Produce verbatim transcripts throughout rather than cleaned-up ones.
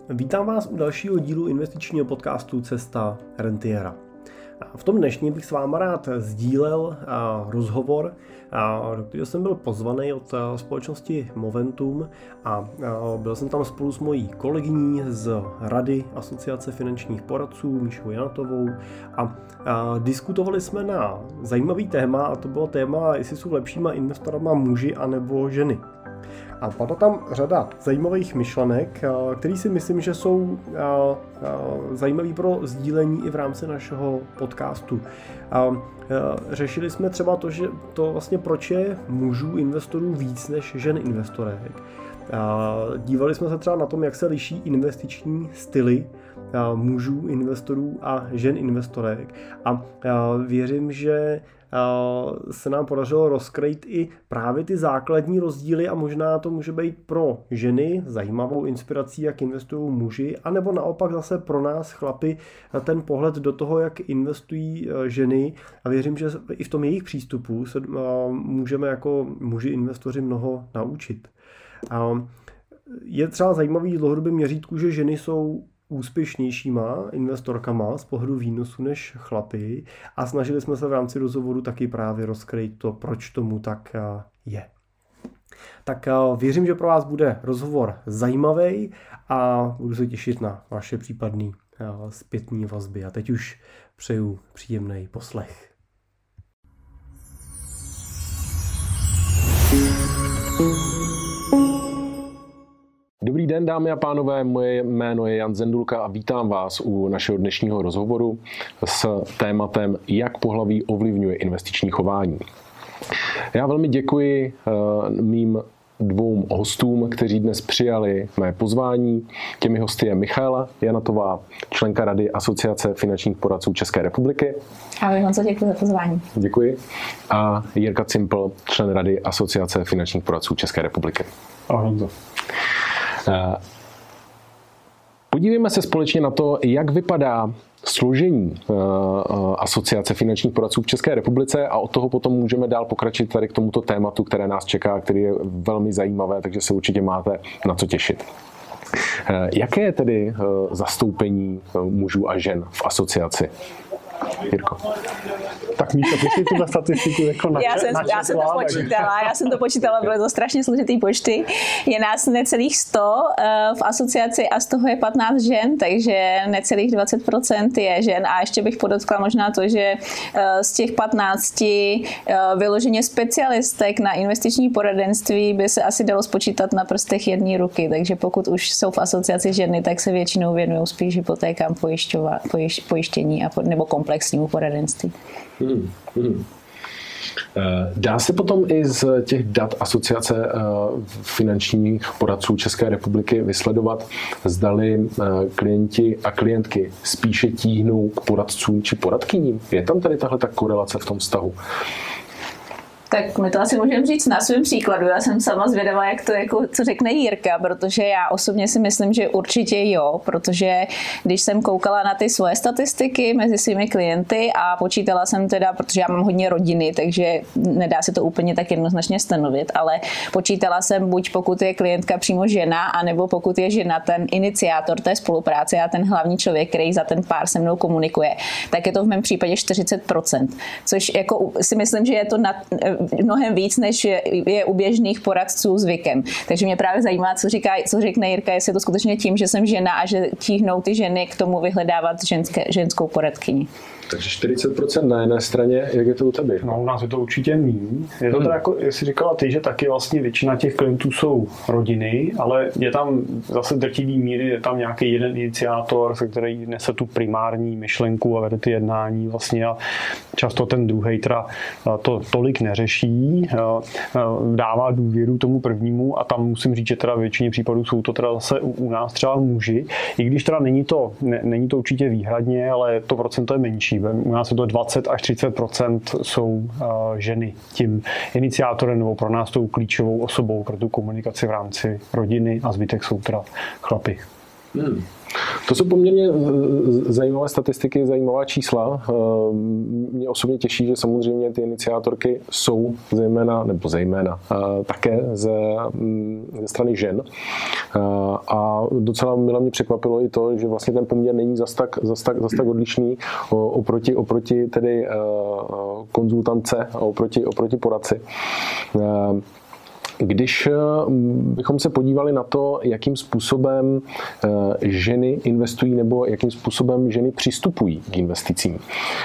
Vítám vás u dalšího dílu investičního podcastu Cesta rentiera. V tom dnešním bych s váma rád sdílel rozhovor, do kterého jsem byl pozvaný od společnosti Moventum a byl jsem tam spolu s mojí kolegyní z Rady Asociace finančních poradců Míšou Janatovou a diskutovali jsme na zajímavý téma, a to bylo téma, jestli jsou lepšíma investorama muži anebo ženy. A padla tam řada zajímavých myšlenek, které si myslím, že jsou zajímavé pro sdílení i v rámci našeho podcastu. Řešili jsme třeba to, že to vlastně proč je mužů investorů víc než žen investorek. Dívali jsme se třeba na tom, jak se liší investiční styly mužů investorů a žen investorek. A věřím, že se nám podařilo rozkrýt i právě ty základní rozdíly a možná to může být pro ženy zajímavou inspirací, jak investují muži, anebo naopak zase pro nás chlapi ten pohled do toho, jak investují ženy, a věřím, že i v tom jejich přístupu se můžeme jako muži investoři mnoho naučit. Je třeba zajímavý dlouhodobý měřítku, že ženy jsou úspěšnějšíma investorkama z pohledu výnosu než chlapy a snažili jsme se v rámci rozhovoru taky právě rozkrýt to, proč tomu tak je. Tak věřím, že pro vás bude rozhovor zajímavý a budu se těšit na vaše případné zpětné vazby. A teď už přeju příjemný poslech. Dobrý den, dámy a pánové, moje jméno je Jan Zendulka a vítám vás u našeho dnešního rozhovoru s tématem, jak pohlaví ovlivňuje investiční chování. Já velmi děkuji mým dvou hostům, kteří dnes přijali mé pozvání. Těmi hosty je Michaela Janatová, členka Rady Asociace finančních poradců České republiky. Ahoj Honzo, děkuji za pozvání. Děkuji. A Jirka Cimpl, člen Rady Asociace finančních poradců České republiky. Ahoj Honzo. Podívejme se společně na to, jak vypadá složení Asociace finančních poradců v České republice, a od toho potom můžeme dál pokračovat tady k tomuto tématu, které nás čeká, který je velmi zajímavé, takže se určitě máte na co těšit. Jaké je tedy zastoupení mužů a žen v asociaci? Jirko. Tak Míšo, ty si tuhle statistiku jako na já, jsem, já jsem to počítala, já jsem to počítala, byly to strašně složitý počty. Je nás necelých sto v asociaci a z toho je patnáct žen, takže necelých dvacet procent je žen. A ještě bych podotkla možná to, že z těch patnácti vyloženě specialistek na investiční poradenství by se asi dalo spočítat na prstech jedné ruky, takže pokud už jsou v asociaci ženy, tak se většinou věnují spíš hypotékám, pojištění a nebo komplexnímu poradenství. Hmm, hmm. Dá se potom i z těch dat Asociace finančních poradců České republiky vysledovat, zdali klienti a klientky spíše tíhnou k poradcům či poradkyním? Je tam tady tahle ta korelace v tom vztahu? Tak my to asi můžeme říct na svém příkladu. Já jsem sama zvědavá, jak to, jako, co řekne Jirka, protože já osobně si myslím, že určitě jo, protože když jsem koukala na ty svoje statistiky mezi svými klienty a počítala jsem teda, protože já mám hodně rodiny, takže nedá se to úplně tak jednoznačně stanovit, ale počítala jsem buď pokud je klientka přímo žena, anebo pokud je žena ten iniciátor té spolupráce a ten hlavní člověk, který za ten pár se mnou komunikuje, tak je to v mém případě čtyřicet procent, což jako si myslím, že je to na mnohem víc, než je, je u běžných poradců zvykem. Takže mě právě zajímá, co říká, co řekne Jirka, jestli je to skutečně tím, že jsem žena a že tíhnou ty ženy k tomu vyhledávat ženské, ženskou poradkyni. Takže čtyřicet procent na jedné straně, jak je to u tebe? No, u nás je to určitě míň. Je to hmm. tak, jako, jestli říkala ty, že taky vlastně většina těch klientů jsou rodiny, ale je tam zase drtivý míry, je tam nějaký jeden iniciátor, se který nese tu primární myšlenku a vede ty jednání vlastně a často ten druhej teda to tolik neřeší, dává důvěru tomu prvnímu a tam musím říct, že teda většině případů jsou to teda zase u, u nás třeba muži, i když teda není to, ne, není to určitě výhradně, ale to procento je menší. U nás je to dvacet až třicet procent jsou uh, ženy tím iniciátorem nebo pro nás tou klíčovou osobou pro tu komunikaci v rámci rodiny a zbytek jsou teda chlapi. Hmm. To jsou poměrně zajímavé statistiky, zajímavá čísla. Mě osobně těší, že samozřejmě ty iniciátorky jsou zejména, nebo zejména, také ze, ze strany žen. A docela mile mě překvapilo i to, že vlastně ten poměr není zas tak, zas tak, zas tak odlišný oproti, oproti tedy konzultantce a oproti, oproti poradci. Když bychom se podívali na to, jakým způsobem ženy investují nebo jakým způsobem ženy přistupují k investicím.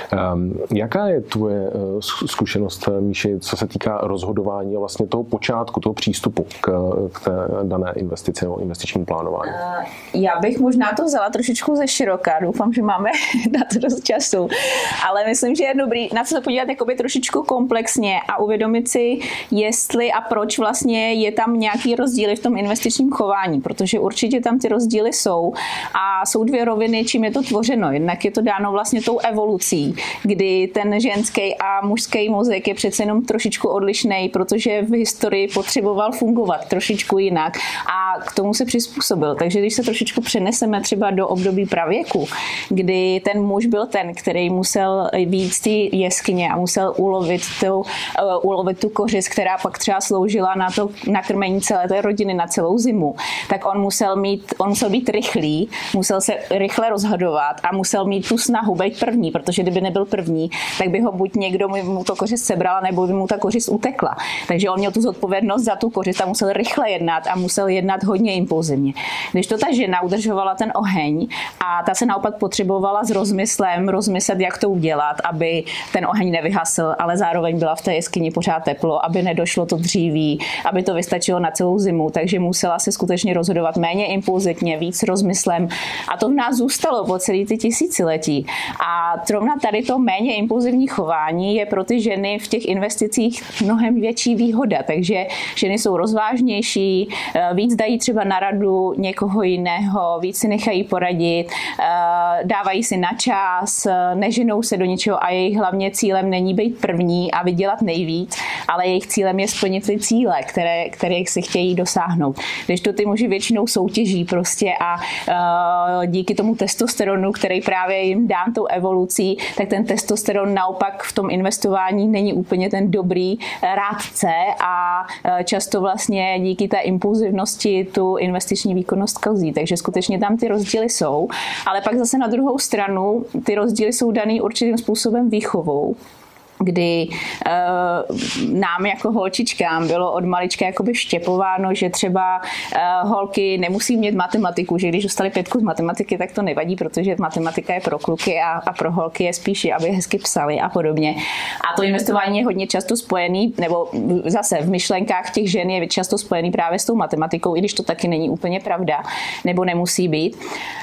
Jaká je tvoje zkušenost, Míši, co se týká rozhodování a vlastně toho počátku, toho přístupu k, k té dané investici nebo investičnímu plánování? Já bych možná to vzala trošičku ze široka. Doufám, že máme na to dost času. Ale myslím, že je dobrý na to se podívat jakoby trošičku komplexně a uvědomit si, jestli a proč vlastně Vlastně je tam nějaký rozdíly v tom investičním chování, protože určitě tam ty rozdíly jsou a jsou dvě roviny, čím je to tvořeno. Jednak je to dáno vlastně tou evolucí, kdy ten ženský a mužský mozek je přece jenom trošičku odlišný, protože v historii potřeboval fungovat trošičku jinak a k tomu se přizpůsobil. Takže když se trošičku přeneseme třeba do období pravěku, kdy ten muž byl ten, který musel být z té jeskyně a musel ulovit tu, uh, ulovit tu kořist, která pak třeba sloužila na to nakrmení celé té rodiny na celou zimu, tak on musel mít, on musel být rychlý, musel se rychle rozhodovat a musel mít tu snahu být první, protože kdyby nebyl první, tak by ho buď někdo mu to kořist sebral, nebo by mu ta kořist utekla. Takže on měl tu zodpovědnost za tu kořist a musel rychle jednat a musel jednat hodně impulzivně. Když to ta žena udržovala ten oheň a ta se naopak potřebovala s rozmyslem rozmyslet, jak to udělat, aby ten oheň nevyhasl, ale zároveň byla v té jeskyni pořád teplo, aby nedošlo to dříví, aby to vystačilo na celou zimu, takže musela se skutečně rozhodovat méně impulzivně, víc rozmyslem a to v nás zůstalo po celý ty tisíciletí. A zrovna tady to méně impulzivní chování je pro ty ženy v těch investicích mnohem větší výhoda, takže ženy jsou rozvážnější, víc dají třeba na radu někoho jiného, víc si nechají poradit, dávají si na čas, neženou se do ničeho a jejich hlavně cílem není být první a vydělat nejvíc, ale jejich cílem je splnit ty cíle, které, které si chtějí dosáhnout. Když to ty muži většinou soutěží prostě a uh, díky tomu testosteronu, který právě jim dán tou evolucí, tak ten testosteron naopak v tom investování není úplně ten dobrý rádce a uh, často vlastně díky té impulzivnosti tu investiční výkonnost kazí. Takže skutečně tam ty rozdíly jsou, ale pak zase na druhou stranu ty rozdíly jsou daný určitým způsobem výchovou, kdy uh, nám jako holčičkám bylo od malička jakoby štěpováno, že třeba uh, holky nemusí mít matematiku, že když dostali pětku z matematiky, tak to nevadí, protože matematika je pro kluky a, a pro holky je spíš, aby hezky psali a podobně. A to investování je hodně často spojený, nebo zase v myšlenkách těch žen je často spojený právě s tou matematikou, i když to taky není úplně pravda, nebo nemusí být.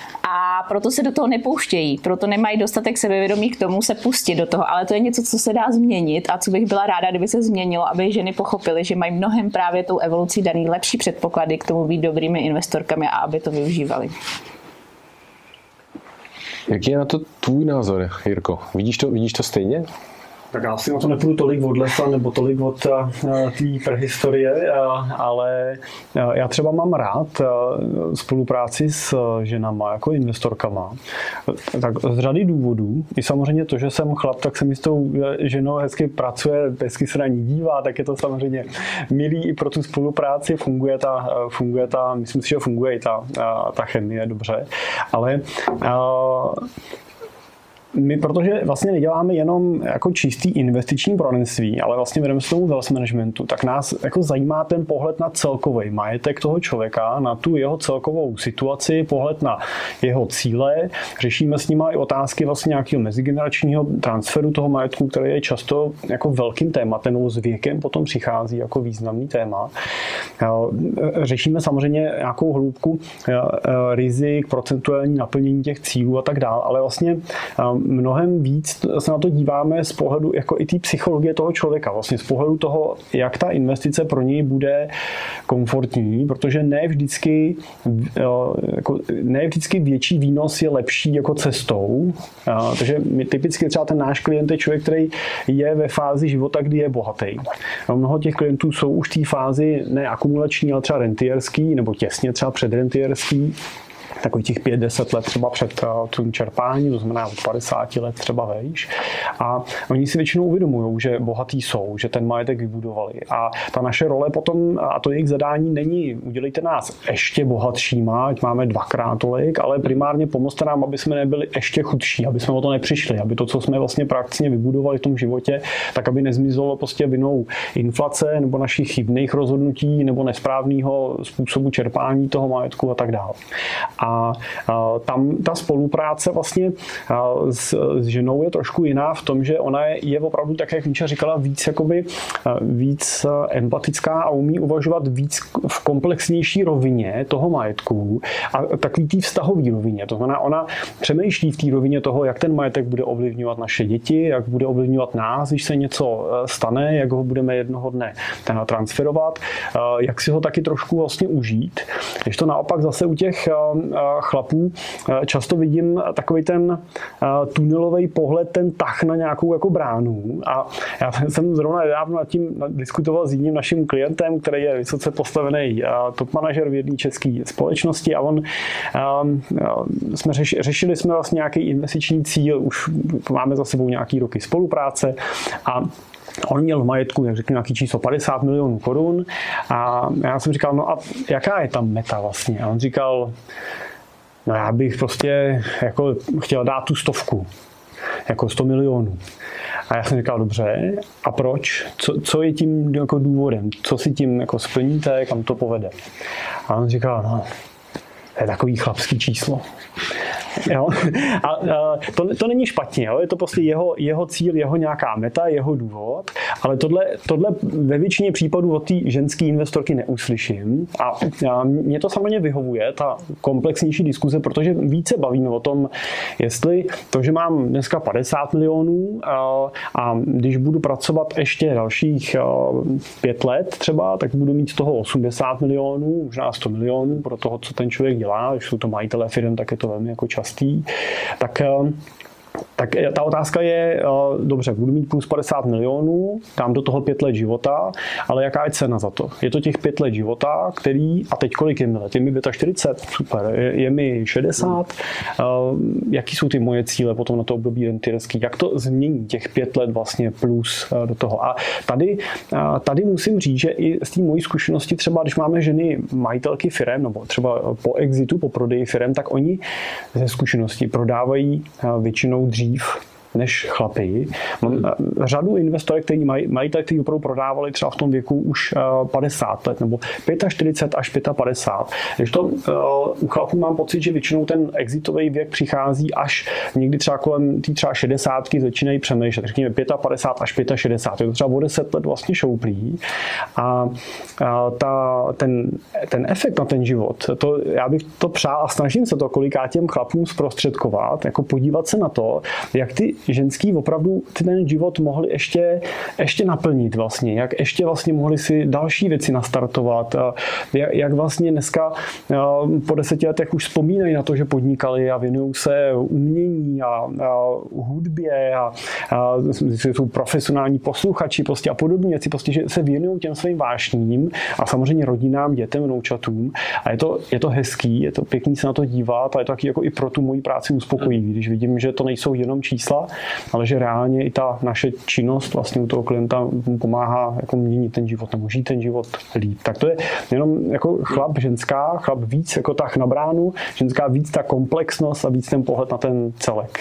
A proto se do toho nepouštějí, proto nemají dostatek sebevědomí k tomu se pustit do toho, ale to je něco, co se dá změnit a co bych byla ráda, kdyby se změnilo, aby ženy pochopily, že mají mnohem právě tou evolucí daný lepší předpoklady k tomu být dobrými investorkami a aby to využívali. Jaký je na to tvůj názor, Jirko? Vidíš to, vidíš to stejně? Tak já si na to nepůjdu tolik od lesa nebo tolik od té prehistorie, ale já třeba mám rád spolupráci s ženama jako investorkama. Tak z řady důvodů. I samozřejmě to, že jsem chlap, tak se mi s tou ženou hezky pracuje, hezky se na ní dívá, tak je to samozřejmě milý i pro tu spolupráci. Funguje ta, funguje ta myslím si, že funguje i ta, ta chemie dobře. Ale my, protože vlastně neděláme jenom jako čistý investiční poradenství, ale vlastně vedeme se tomu wealth managementu, tak nás jako zajímá ten pohled na celkový majetek toho člověka, na tu jeho celkovou situaci, pohled na jeho cíle. Řešíme s nimi i otázky vlastně nějakého mezigeneračního transferu toho majetku, který je často jako velkým tématem, nebo s věkem potom přichází jako významný téma. Řešíme samozřejmě nějakou hloubku rizik, procentuální naplnění těch cílů a tak dále, ale vlastně mnohem víc se na to díváme z pohledu jako i té psychologie toho člověka, vlastně z pohledu toho, jak ta investice pro něj bude komfortní, protože ne vždycky, jako, ne vždycky větší výnos je lepší jako cestou. Takže my typicky třeba ten náš klient je člověk, který je ve fázi života, kdy je bohatý. Mnoho těch klientů jsou už v té fázi ne akumulační, ale třeba rentierský, nebo těsně třeba předrentierský. takových těch pět deset let třeba před tím čerpáním, to znamená od padesáti let třeba vejš. A oni si většinou uvědomují, že bohatí jsou, že ten majetek vybudovali. A ta naše role potom, a to jejich zadání není udělejte nás ještě bohatšíma, ať máme dvakrát tolik, ale primárně pomozte nám, aby jsme nebyli ještě chudší, aby jsme o to nepřišli, aby to, co jsme vlastně prakticky vybudovali v tom životě, tak aby nezmizelo prostě vinou inflace nebo našich chybných rozhodnutí nebo nesprávného způsobu čerpání toho majetku a tak dále. A, a tam ta spolupráce vlastně s, s ženou je trošku jiná v tom, že ona je, je opravdu, tak jak Míša říkala, víc, jakoby, víc empatická a umí uvažovat víc v komplexnější rovině toho majetku a takový tý vztahový rovině. To znamená, ona přemýšlí v té rovině toho, jak ten majetek bude ovlivňovat naše děti, jak bude ovlivňovat nás, když se něco stane, jak ho budeme jednoho dne transferovat, jak si ho taky trošku vlastně užít. Když to naopak zase u těch chlapů často vidím takový ten tunelový pohled, ten tah na nějakou jako bránu. A já jsem zrovna nedávno nad tím diskutoval s jedním naším klientem, který je vysoce postavený top manažer v jedné české společnosti a on jsme řešili, řešili jsme vlastně nějaký investiční cíl, už máme za sebou nějaký roky spolupráce a on měl v majetku, jak řeknu, nějaký číslo padesát milionů korun a já jsem říkal, no a jaká je tam meta vlastně? A on říkal, no já bych prostě jako chtěl dát tu stovku, jako sto milionů. A já jsem říkal, dobře, a proč? Co, co je tím jako důvodem? Co si tím jako splníte, kam to povede? A on říkal, no, to je takový chlapský číslo. Jo? A, a to, to není špatně, jo? Je to prostě jeho, jeho cíl, jeho nějaká meta, jeho důvod, ale tohle, tohle ve většině případů od té ženské investorky neuslyším a, a mě to samozřejmě vyhovuje, ta komplexnější diskuze, protože více bavíme o tom, jestli to, že mám dneska padesát milionů a, a když budu pracovat ještě dalších a, pět let třeba, tak budu mít z toho osmdesát milionů, možná sto milionů pro toho, co ten člověk dělá, když jsou to majitelé firm, tak je to velmi jako častý, tak Tak ta otázka je, dobře, budu mít plus padesát milionů, dám do toho pět let života, ale jaká je cena za to? Je to těch pět let života, který, a teď kolik je mi let? Je mi čtyřicet pět, super, je, je mi šedesát, jaký jsou ty moje cíle potom na to období rentierský? Jak to změní těch pět let vlastně plus do toho? A tady, tady musím říct, že i z té mojí zkušenosti třeba, když máme ženy majitelky firem, nebo třeba po exitu, po prodeji firem, tak oni ze zkušenosti prodávají většinou dřív než chlapi. Mám řadu investorů, kteří mají, mají tak, kteří opravdu prodávali třeba v tom věku už padesát let, nebo čtyřicet pět až padesát pět. Když to u chlapů mám pocit, že většinou ten exitový věk přichází až někdy třeba kolem tý třeba šedesátky začínají přemýšlet. Řekněme padesát pět až šedesát pět. Je to třeba o deset let vlastně šouplí. A, a ta, ten, ten efekt na ten život, to, já bych to přál a snažím se to kolikrát těm chlapům zprostředkovat, jako podívat se na to, jak ty ženský opravdu ten život mohli ještě, ještě naplnit vlastně, jak ještě vlastně mohli si další věci nastartovat, jak, jak vlastně dneska po deseti letech už vzpomínají na to, že podnikali a věnují se umění a, a hudbě a, a jsou profesionální posluchači prostě a podobně věci, prostě, že se věnují těm svým vášním a samozřejmě rodinám, dětem, vnoučatům a je to, je to hezký, je to pěkný se na to dívat a je to taky jako i pro tu moji práci uspokojivý, když vidím, že to nejsou jenom čísla, ale že reálně i ta naše činnost vlastně u toho klienta mu pomáhá jako měnit ten život nebo žít ten život líp. Tak to je jenom jako chlap, ženská, chlap víc jako tah na bránu, ženská víc ta komplexnost a víc ten pohled na ten celek.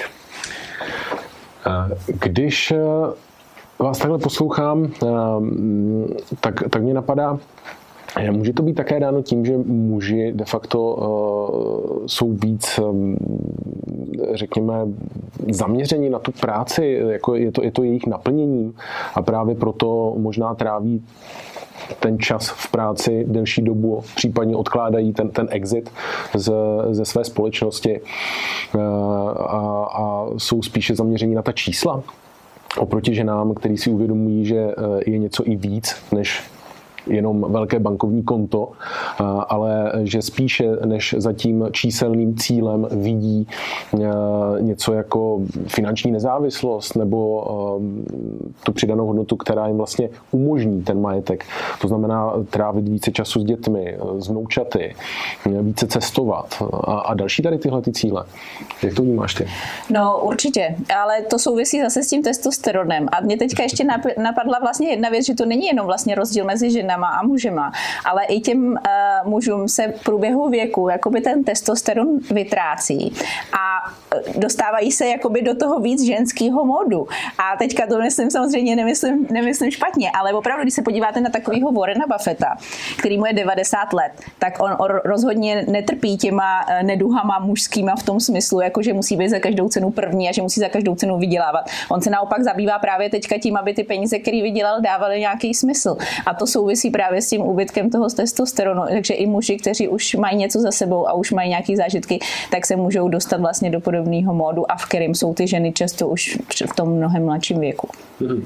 Když vás takhle poslouchám, tak, tak mě napadá, může to být také dáno tím, že muži de facto uh, jsou víc, um, řekněme, zaměření na tu práci, jako je to, je to jejich naplnění a právě proto možná tráví ten čas v práci delší dobu, případně odkládají ten, ten exit z, ze své společnosti uh, a, a jsou spíše zaměření na ta čísla oproti ženám, který si uvědomují, že je něco i víc než jenom velké bankovní konto, ale že spíše než za tím číselným cílem vidí něco jako finanční nezávislost nebo tu přidanou hodnotu, která jim vlastně umožní ten majetek. To znamená trávit více času s dětmi, s vnoučaty, více cestovat a, a další tady tyhle ty cíle. Jak to vnímáš ty? No určitě, ale to souvisí zase s tím testosteronem. A mě teďka ještě napadla vlastně jedna věc, že to není jenom vlastně rozdíl mezi ženama a mužema, ale i těm uh, mužům se v průběhu věku jakoby ten testosteron vytrácí a dostávají se jakoby do toho víc ženského módu. A teďka to myslím samozřejmě nemyslím, nemyslím špatně, ale opravdu, když se podíváte na takovýho Warrena Buffetta, který mu je devadesát let, tak on, on rozhodně netrpí těma neduhama mužskýma v tom smyslu, jako že musí být za každou cenu první a že musí za každou cenu vydělávat. On se naopak zabývá právě teďka tím, aby ty peníze, které vydělal, dávaly nějaký smysl. A to souvisí právě s tím úbytkem toho testosteronu. Takže i muži, kteří už mají něco za sebou a už mají nějaké zážitky, tak se můžou dostat vlastně do podobného módu, a v kterém jsou ty ženy často už v tom mnohem mladším věku. Hmm.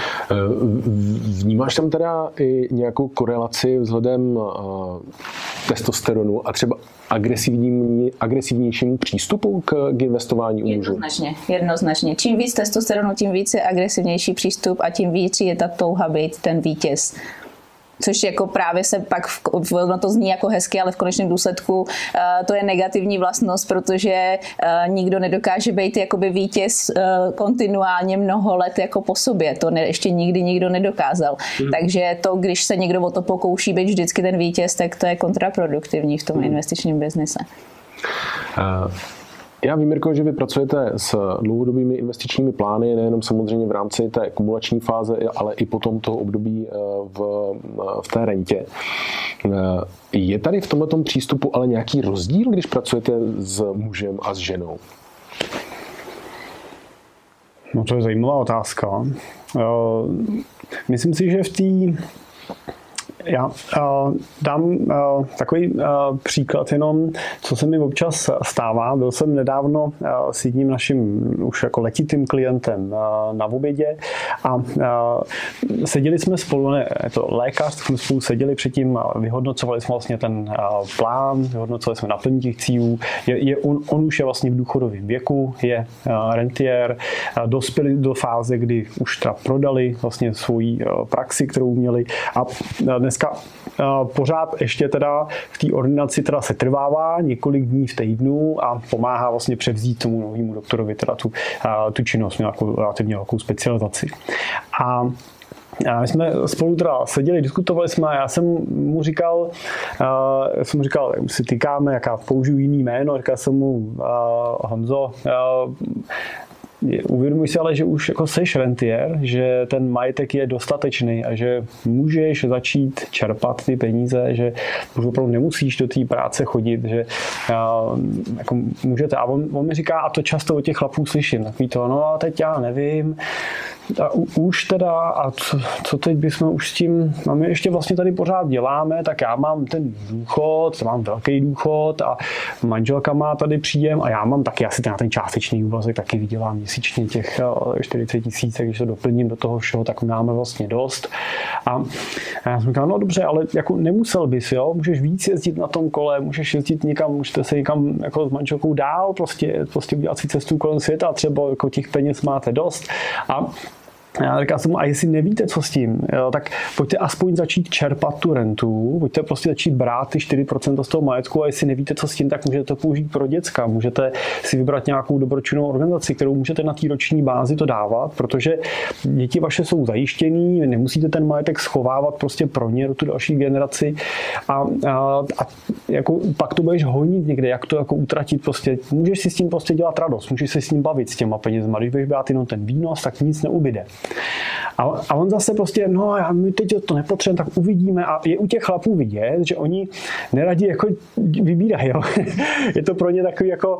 Vnímáš tam teda i nějakou korelaci vzhledem testosteronu a třeba agresivní, agresivnějšímu přístupu k, k investování u mužů? Jednoznačně, jednoznačně. Čím víc testosteronu, tím víc je agresivnější přístup a tím víc je ta touha být ten vítěz. Což jako právě se pak, v, no to zní jako hezky, ale v konečném důsledku uh, to je negativní vlastnost, protože uh, nikdo nedokáže být jakoby vítěz uh, kontinuálně mnoho let jako po sobě. To ne, ještě nikdy nikdo nedokázal. Hmm. Takže to, když se někdo o to pokouší být vždycky ten vítěz, tak to je kontraproduktivní v tom hmm. investičním biznise. Uh. Já vím, Mirko, že vy pracujete s dlouhodobými investičními plány, nejenom samozřejmě v rámci té kumulační fáze, ale i potom toho období v, v té rentě. Je tady v tomto přístupu ale nějaký rozdíl, když pracujete s mužem a s ženou? No to je zajímavá otázka. Myslím si, že v té Já uh, dám uh, takový uh, příklad jenom, co se mi občas stává. Byl jsem nedávno uh, s jedním naším už jako letitým klientem uh, na obědě a uh, seděli jsme spolu, ne, je to lékař, jsme spolu seděli předtím a vyhodnocovali jsme vlastně ten uh, plán, vyhodnocovali jsme naplnění těch cílů. Je, je, on, on už je vlastně v důchodovém věku, je uh, rentier, uh, dospěli do fáze, kdy už teda prodali vlastně svoji uh, praxi, kterou měli, a uh, dneska uh, pořád ještě teda v té ordinaci teda se trvává několik dní v týdnu a pomáhá vlastně převzít tomu novému doktorovi teda tu, uh, tu činnost, měl jako relativně velkou specializaci. A A my jsme spolu teda seděli, diskutovali jsme a já jsem mu říkal, uh, jsem mu říkal, jak si tykáme, jak já použiju jiný jméno, říkal jsem mu, uh, Honzo, uh, uvědomuj si ale, že už jako seš rentier, že ten majetek je dostatečný a že můžeš začít čerpat ty peníze, že už opravdu nemusíš do té práce chodit, že uh, jako můžete. A on, on mi říká, a to často od těch chlapů slyším, takový to, no a teď já nevím, a u, už teda, a co, co teď bychom už s tím, no my ještě vlastně tady pořád děláme, tak já mám ten důchod, mám velký důchod a manželka má tady příjem a já mám taky asi ten, ten částečný úvazek, taky vydělám měsíčně těch čtyřicet tisíc, když to doplním do toho všeho, tak máme vlastně dost. A já jsem říkal, no dobře, ale jako nemusel bys, jo, můžeš víc jezdit na tom kole, můžeš jezdit někam, můžete se někam jako s manželkou dál, prostě, prostě udělat si cestu kolem světa, třeba jako těch peněz máte dost. A já říkám jsem mu, a jestli nevíte, co s tím, jo, tak pojďte aspoň začít čerpat tu rentu, pojďte prostě začít brát ty čtyři procenta z toho majetku, a jestli nevíte, co s tím, tak můžete to použít pro děcka, můžete si vybrat nějakou dobročinnou organizaci, kterou můžete na té roční bázi to dávat, protože děti vaše jsou zajištěný, nemusíte ten majetek schovávat prostě pro ně do tu další generaci a, a, a jako pak to budeš honit někde, jak to jako utratit, prostě můžeš si s tím prostě dělat radost, můžeš se s tím bavit s těma penězma, když budeš brát jenom ten výnos, tak nic neubyde. A, a on zase prostě, no já my teď to nepotřebujeme, tak uvidíme. A je u těch chlapů vidět, že oni neradi jako vybírají. Jo. Je to pro ně takový jako,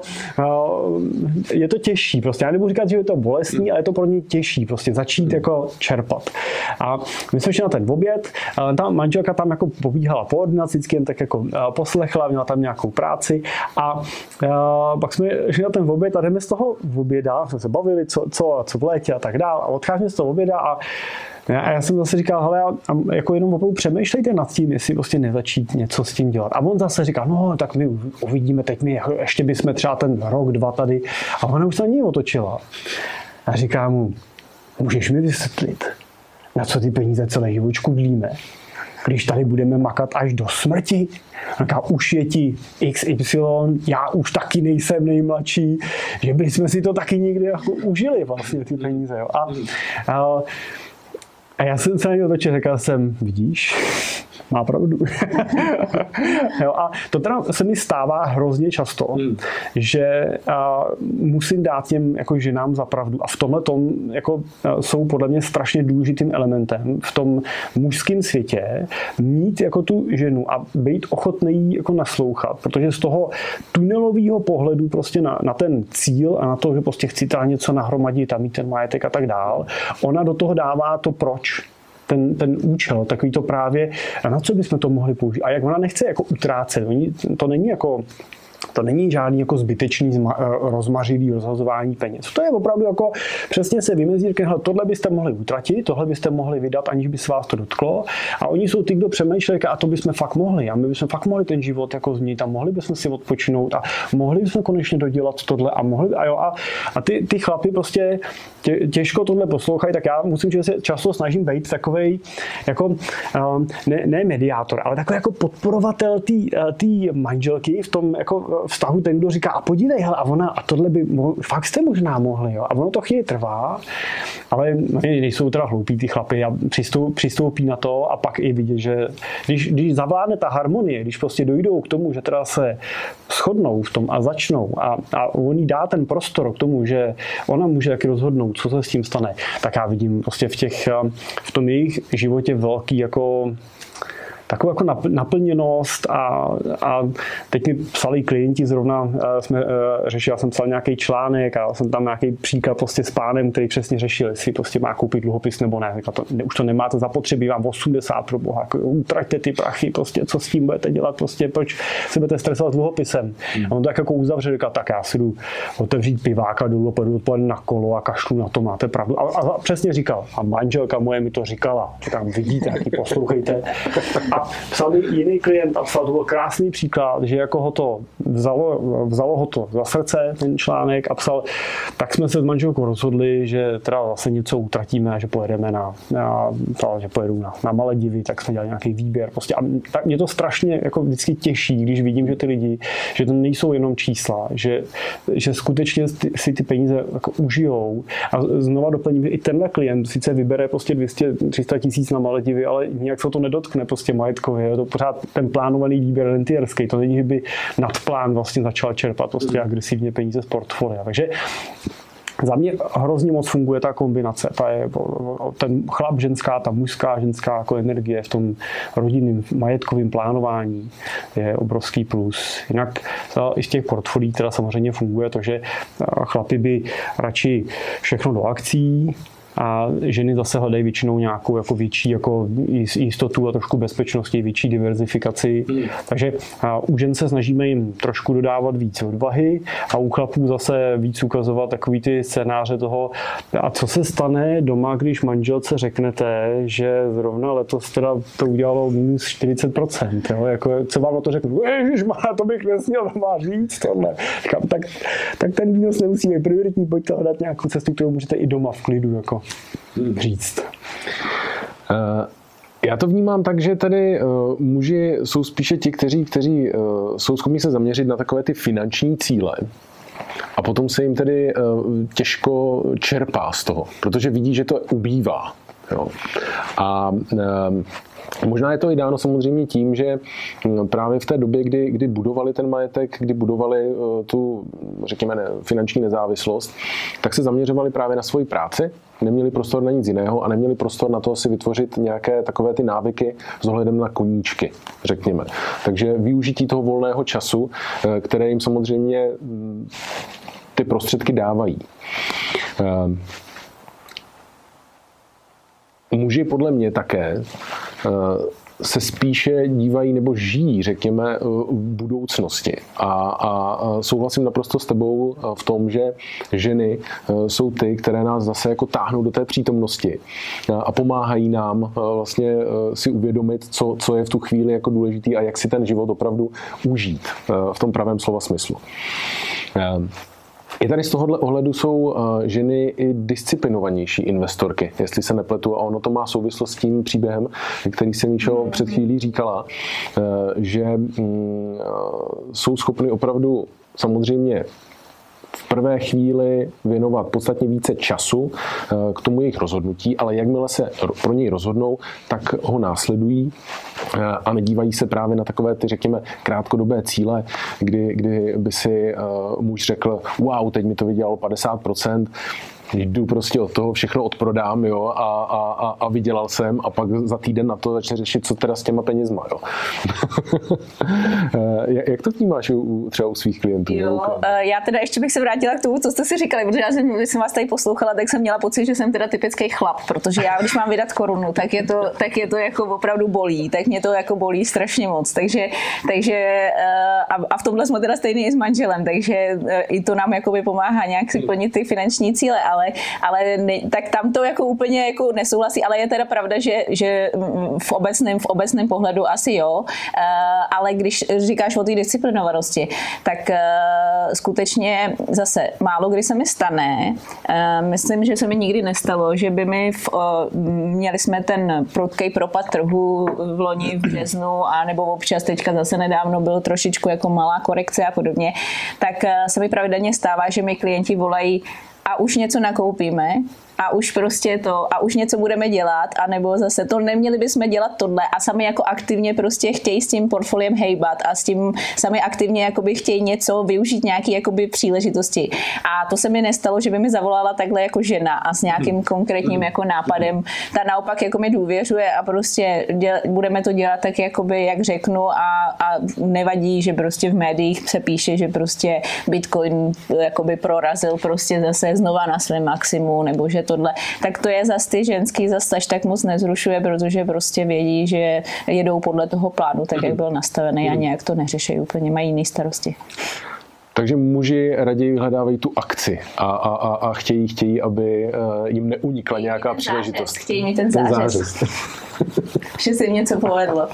je to těžší. Prostě já nebudu říkat, že je to bolestný, ale je to pro ně těžší. Prostě začít jako čerpat. A my jsme šli na ten oběd, ta manželka tam jako pobíhala po ordinaci, vždycky jen tak jako poslechla, měla tam nějakou práci a pak jsme šli na ten oběd a jdeme z toho oběda, jsme se bavili, co, co, co v létě a tak dále. A odcházíme z toho oběda a a já jsem zase říkal, hele, a jako jenom opravdu přemýšlejte nad tím, jestli prostě nezačít něco s tím dělat. A on zase říká, no tak my uvidíme, teď my ještě bychom třeba ten rok, dva tady. A ona už se na něj otočila. A říká mu, můžeš mi vysvětlit, na co ty peníze celé život škudlíme, když tady budeme makat až do smrti? Říká, už je ti iks ypsilon, já už taky nejsem nejmladší, že bychom si to taky někdy jako užili vlastně ty peníze. Jo. A, a A já jsem se na něj otočil, říkal jsem, vidíš, má pravdu. Jo, a to teda se mi stává hrozně často, hmm. že a, musím dát těm jako ženám za pravdu. A v tomhle tom jako, a, jsou podle mě strašně důležitým elementem v tom mužském světě mít jako tu ženu a být ochotný jí jako naslouchat, protože z toho tunelového pohledu prostě na, na ten cíl a na to, že prostě chci tam něco nahromadit a mít ten majetek a tak dál, ona do toho dává to proč. Ten, ten účel, takový to právě, a na co bychom to mohli použít. A jak ona nechce jako utrácet, to není jako To není žádný jako zbytečný zma, rozmařilý rozhazování peněz. To je opravdu jako přesně se vymezí, že tohle byste mohli utratit, tohle byste mohli vydat, aniž by se vás to dotklo. A oni jsou ty, kdo přemýšlejí, a to bychom fakt mohli. A my bychom fakt mohli ten život jako změnit a mohli bychom si odpočinout a mohli bychom konečně dodělat tohle a mohli a jo a, a ty, ty chlapi prostě tě, těžko tohle poslouchají, tak já musím, že se často snažím být takovej jako ne, ne mediátor, ale takový jako podporovatel té manželky v tom jako vztahu, ten, kdo říká, a podívej, hele, a ona, a tohle by, fakt jste možná mohli, jo, a ono to chvíli trvá, ale nejsou teda hloupí ty chlapy a přistoupí, přistoupí na to a pak i vidět, že když, když zavládne ta harmonie, když prostě dojdou k tomu, že teda se shodnou v tom a začnou a, a on jí dá ten prostor k tomu, že ona může taky rozhodnout, co se s tím stane, tak já vidím prostě v těch, v tom jejich životě velký jako takovou jako naplněnost a, a teď mi psali klienti, zrovna jsme řešili, já jsem psal nějaký článek a jsem tam nějaký příklad prostě s pánem, který přesně řešil, jestli prostě má koupit dluhopis nebo ne. Říkal, to, už to nemáte zapotřebí, vám osmdesát pro boha, jako, utraťte ty prachy, prostě, co s tím budete dělat, prostě, proč se budete stresovat s dluhopisem. Hmm. A on to tak jako uzavřel, říkal, tak já si jdu otevřít pivák a jdu odpovědět na kolo a kašlu na to, máte pravdu. A, a přesně říkal, a manželka moje mi to říkala, že tam vidíte, jak ji poslouchejte. A psal mi jiný klient a psal, to byl krásný příklad, že jako ho to vzalo, vzalo ho to za srdce, ten článek, a psal, tak jsme se s manželkou rozhodli, že teda zase něco utratíme a že pojedeme na, na to, že pojedu na, na Maledivy, tak jsme dělali nějaký výběr. Prostě. A tak mě to strašně jako vždycky těší, když vidím, že ty lidi, že to nejsou jenom čísla, že, že skutečně si ty peníze jako užijou. A znova doplním, že i tenhle klient sice vybere prostě dvě stě tři sta tisíc na Maledivy, ale nějak se to nedotkne prostě majetkově. Je to pořád ten plánovaný výběr rentierský. To není, že by nad plán vlastně začal čerpat prostě agresivně peníze z portfolia. Takže za mě hrozně moc funguje ta kombinace. Ta je, ten chlap, ženská, ta mužská, ženská jako energie v tom rodinném majetkovém plánování je obrovský plus. Jinak i z těch portfolií teda samozřejmě funguje to, že chlapi by radši všechno do akcí, a ženy zase hledají většinou nějakou jako větší jako jistotu a trošku bezpečnosti, větší diverzifikaci. Mm. Takže u žen se snažíme jim trošku dodávat víc odvahy a u chlapů zase víc ukazovat takový ty scénáře toho, a co se stane doma, když manželce řeknete, že zrovna letos teda to udělalo minus čtyřicet procent. Jo? Jako, co vám na to řeknu? Ježišmá, to bych nesměl doma říct tohle. Tak, tak ten výnos nemusí být prioritní, pojďte hledat nějakou cestu, kterou můžete i doma v klidu jako říct. Já to vnímám tak, že tady muži jsou spíše ti, kteří, kteří jsou schopni se zaměřit na takové ty finanční cíle. A potom se jim tedy těžko čerpá z toho, protože vidí, že to ubývá. Jo. A možná je to i dáno samozřejmě tím, že právě v té době, kdy, kdy budovali ten majetek, kdy budovali tu, řekněme, finanční nezávislost, tak se zaměřovali právě na svoji práci, neměli prostor na nic jiného a neměli prostor na to si vytvořit nějaké takové ty návyky s ohledem na koníčky, řekněme. Takže využití toho volného času, které jim samozřejmě ty prostředky dávají. Muži podle mě také se spíše dívají nebo žijí, řekněme, v budoucnosti. A, a souhlasím naprosto s tebou v tom, že ženy jsou ty, které nás zase jako táhnou do té přítomnosti a pomáhají nám vlastně si uvědomit, co, co je v tu chvíli jako důležitý a jak si ten život opravdu užít v tom pravém slova smyslu. I tady z tohohle ohledu jsou ženy i disciplinovanější investorky, jestli se nepletu. A ono to má souvislost s tím příběhem, který jsem Míšo před chvílí říkala, že jsou schopny opravdu samozřejmě v prvé chvíli věnovat podstatně více času k tomu jejich rozhodnutí, ale jakmile se pro něj rozhodnou, tak ho následují a nedívají se právě na takové ty, řekněme, krátkodobé cíle, kdy, kdy by si muž řekl, wow, teď mi to vydělalo padesát procent, jdu prostě od toho, všechno odprodám, jo, a, a, a vydělal jsem a pak za týden na to začne řešit, co teda s těma penězma, jo. Jak to vnímáš u, třeba u svých klientů? Jo, já teda ještě bych se vrátila k tomu, co jste si říkali, protože já jsem, když jsem vás tady poslouchala, tak jsem měla pocit, že jsem teda typický chlap, protože já, když mám vydat korunu, tak je to, tak je to jako opravdu bolí, tak mě to jako bolí strašně moc, takže, takže a, a v tomhle jsme teda stejný i s manželem, takže i to nám jakoby pomáhá nějak si plnit ty finanční cíle, ale Ale, ale ne, tak tam to jako úplně jako nesouhlasí, ale je teda pravda, že, že v obecném, v obecném pohledu asi jo, ale když říkáš o té disciplinovanosti, tak skutečně zase málo kdy se mi stane, myslím, že se mi nikdy nestalo, že by mi, v, měli jsme ten prudký propad trhu v loni v březnu, a nebo občas teďka zase nedávno byl trošičku jako malá korekce a podobně, tak se mi pravidelně stává, že mi klienti volají, a už něco nakoupíme a už prostě to, a už něco budeme dělat, anebo zase to neměli bychom dělat tohle a sami jako aktivně prostě chtějí s tím portfoliem hejbat a s tím sami aktivně jakoby chtějí něco využít, nějaký jakoby příležitosti. A to se mi nestalo, že by mi zavolala takhle jako žena a s nějakým konkrétním jako nápadem. Ta naopak jako mi důvěřuje a prostě děl, budeme to dělat tak jakoby, jak řeknu, a, a nevadí, že prostě v médiích se píše, že prostě Bitcoin jakoby prorazil prostě zase znova na svém maximu, nebo že tohle, tak to je zas ty ženský zas až tak moc nezrušuje, protože prostě vědí, že jedou podle toho plánu, tak jak byl nastavený a nějak to neřeší, úplně mají jiné starosti. Takže muži raději vyhledávají tu akci a, a, a, a chtějí, chtějí, aby jim neunikla chtějí nějaká příležitost. Zářez, chtějí mít ten zářez. Ten zářez. Že se jim něco povedlo.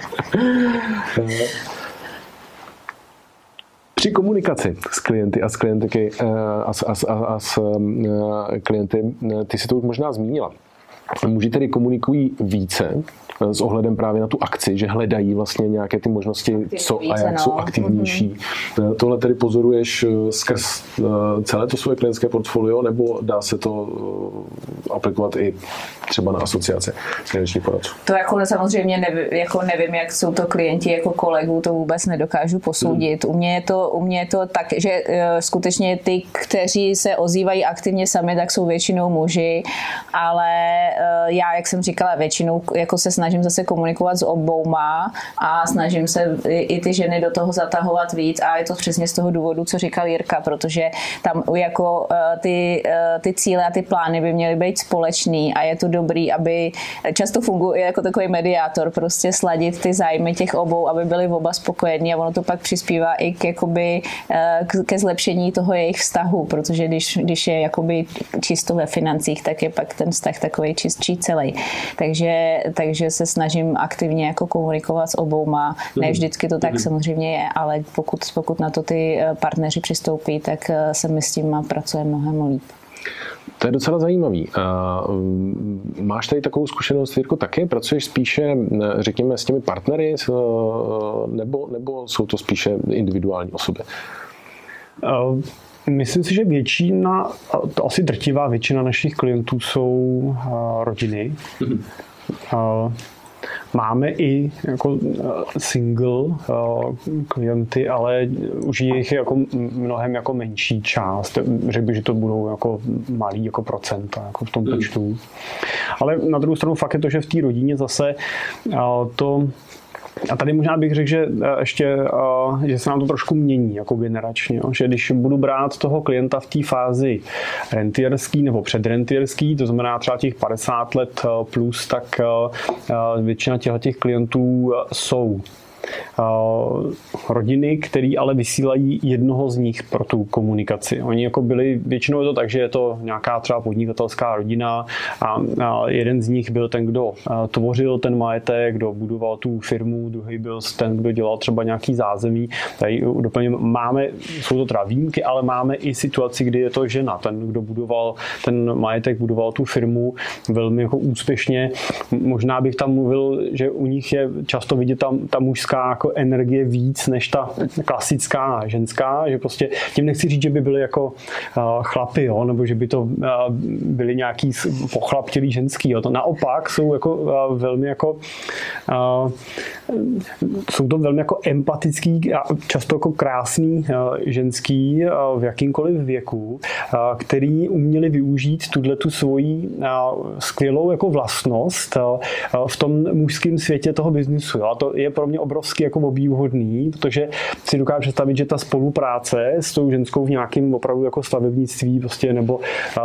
Při komunikaci s klienty a s klientiky a s, a, a, a s klienty, ty si to už možná zmínila. Muži tedy komunikují více s ohledem právě na tu akci, že hledají vlastně nějaké ty možnosti, co a jak no. jsou aktivnější. Mm-hmm. Tohle tedy pozoruješ skrz celé to svoje klientské portfolio, nebo dá se to aplikovat i třeba na asociace finančních poradců? To jako samozřejmě nevím, jako nevím, jak jsou to klienti jako kolegů, to vůbec nedokážu posoudit. Mm. U mě je to, u mě je to tak, že skutečně ty, kteří se ozývají aktivně sami, tak jsou většinou muži, ale já, jak jsem říkala, většinou jako se snažím zase komunikovat s obouma a snažím se i ty ženy do toho zatahovat víc a je to přesně z toho důvodu, co říkal Jirka, protože tam jako ty, ty cíle a ty plány by měly být společný a je to dobrý, aby často funguje jako takový mediátor, prostě sladit ty zájmy těch obou, aby byli oba spokojení a ono to pak přispívá i k, jakoby, ke zlepšení toho jejich vztahu, protože když, když je jakoby čisto ve financích, tak je pak ten vztah takový čistší celý. Takže, takže se snažím aktivně jako komunikovat s obouma. Ne vždycky to tak samozřejmě je, ale pokud, pokud na to ty partneři přistoupí, tak se mi s tím pracuje mnohem líp. To je docela zajímavý. Máš tady takovou zkušenost, Jirko, taky? Pracuješ spíše, řekněme, s těmi partnery, nebo, nebo jsou to spíše individuální osoby? Uh. Myslím si, že většina, to asi drtivá většina našich klientů jsou uh, rodiny. Mm-hmm. Uh, máme i jako uh, single uh, klienty, ale už je jich jako mnohem jako menší část. Řekl bych, že to budou jako malý jako procenta jako v tom počtu. Mm. Ale na druhou stranu fakt je to, že v té rodině zase uh, to A tady možná bych řekl, že ještě, že se nám to trošku mění jako generačně, že když budu brát toho klienta v té fázi rentierský nebo předrentierský, to znamená třeba těch padesát let plus, tak většina těch klientů jsou rodiny, které ale vysílají jednoho z nich pro tu komunikaci. Oni jako byli, většinou je to tak, že je to nějaká třeba podnikatelská rodina a, a jeden z nich byl ten, kdo tvořil ten majetek, kdo budoval tu firmu, druhý byl ten, kdo dělal třeba nějaký zázemí. Tady doplním, máme, jsou to teda výjimky, ale máme i situaci, kdy je to žena, ten, kdo budoval ten majetek, budoval tu firmu velmi jako úspěšně. Možná bych tam mluvil, že u nich je často vidět tam ta mužská jako energie víc než ta klasická ženská, že prostě tím nechci říct, že by byly jako uh, chlapy, jo, nebo že by to uh, byly nějaký pochlaptělý ženský, jo. To naopak jsou jako uh, velmi jako uh, jsou to velmi jako empatický a často jako krásný uh, ženský uh, v jakýmkoliv věku, uh, který uměli využít tuto svoji uh, skvělou jako vlastnost uh, v tom mužském světě toho biznisu. Jo. A to je pro mě obrovský jako obdivuhodný, protože si dokážu představit, že ta spolupráce s tou ženskou v nějakém opravdu jako stavebnictví prostě, nebo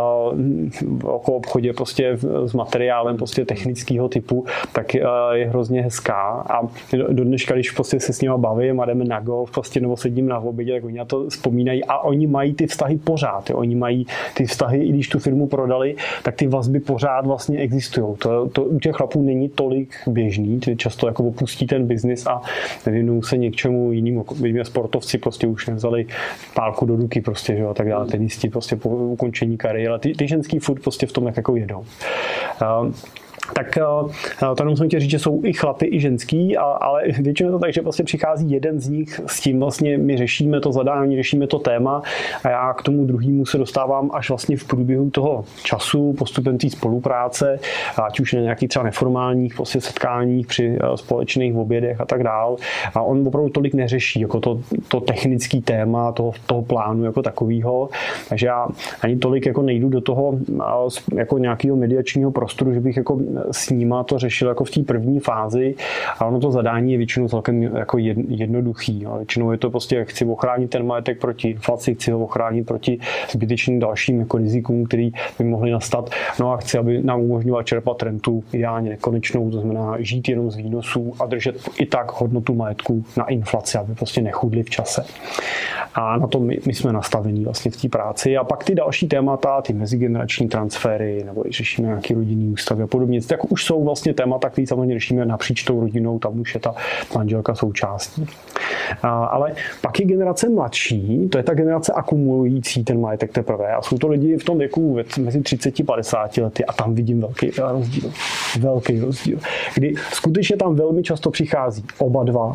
uh, jako obchodě prostě s materiálem prostě technického typu, tak uh, je hrozně hezká. A do dneška, když prostě se s nima bavím a jdeme na golf prostě, nebo sedím na obědě, tak oni na to vzpomínají a oni mají ty vztahy pořád. Jo. Oni mají ty vztahy, i když tu firmu prodali, tak ty vazby pořád vlastně existují. To, to u těch chlapů není tolik běžný, ty často jako opustí ten biznis a nevěnují se něčemu jinému. Vidíme, sportovci prostě už nevzali pálku do ruky prostě, že jo, tak dále, tenisti prostě po ukončení kariéry, ale ty, ty ženský furt prostě v tom jak jako jedou. Uh, Tak to musím tě říct, že jsou i chlapy, i ženský, ale většinou to tak, že prostě přichází jeden z nich s tím vlastně my řešíme to zadání, řešíme to téma a já k tomu druhému se dostávám až vlastně v průběhu toho času, postupem té spolupráce, ať už na nějakých třeba neformálních prostě setkáních při společných obědech a tak dál. A on opravdu tolik neřeší jako to, to technické téma toho, toho plánu jako takového. Takže já ani tolik jako nejdu do toho jako nějakého mediačního prostoru, že bych jako s nima to řešil jako v té první fázi a ono to zadání je většinou celkem jako jednoduchý. Jo. Většinou je to prostě, chci ochránit ten majetek proti inflaci, chci ho ochránit proti zbytečným dalším jako rizikům, který by mohly nastat. No a chci, aby nám umožňoval čerpat rentu ideálně nekonečnou, to znamená žít jenom z výnosů a držet i tak hodnotu majetku na inflaci, aby prostě nechudli v čase. A na to my, my jsme nastavení vlastně v té práci. A pak ty další témata, ty mezigenerační transfery, nebo i řešíme nějaký rodinný ústavy a podobně, tak už jsou vlastně témata, které samozřejmě řešíme napříč tou rodinou, tam už je ta manželka součástí. A, ale pak je generace mladší, to je ta generace akumulující ten majetek teprve. A jsou to lidi v tom věku mezi třicet a padesát lety a tam vidím velký rozdíl. Velký rozdíl. Kdy skutečně tam velmi často přichází oba dva.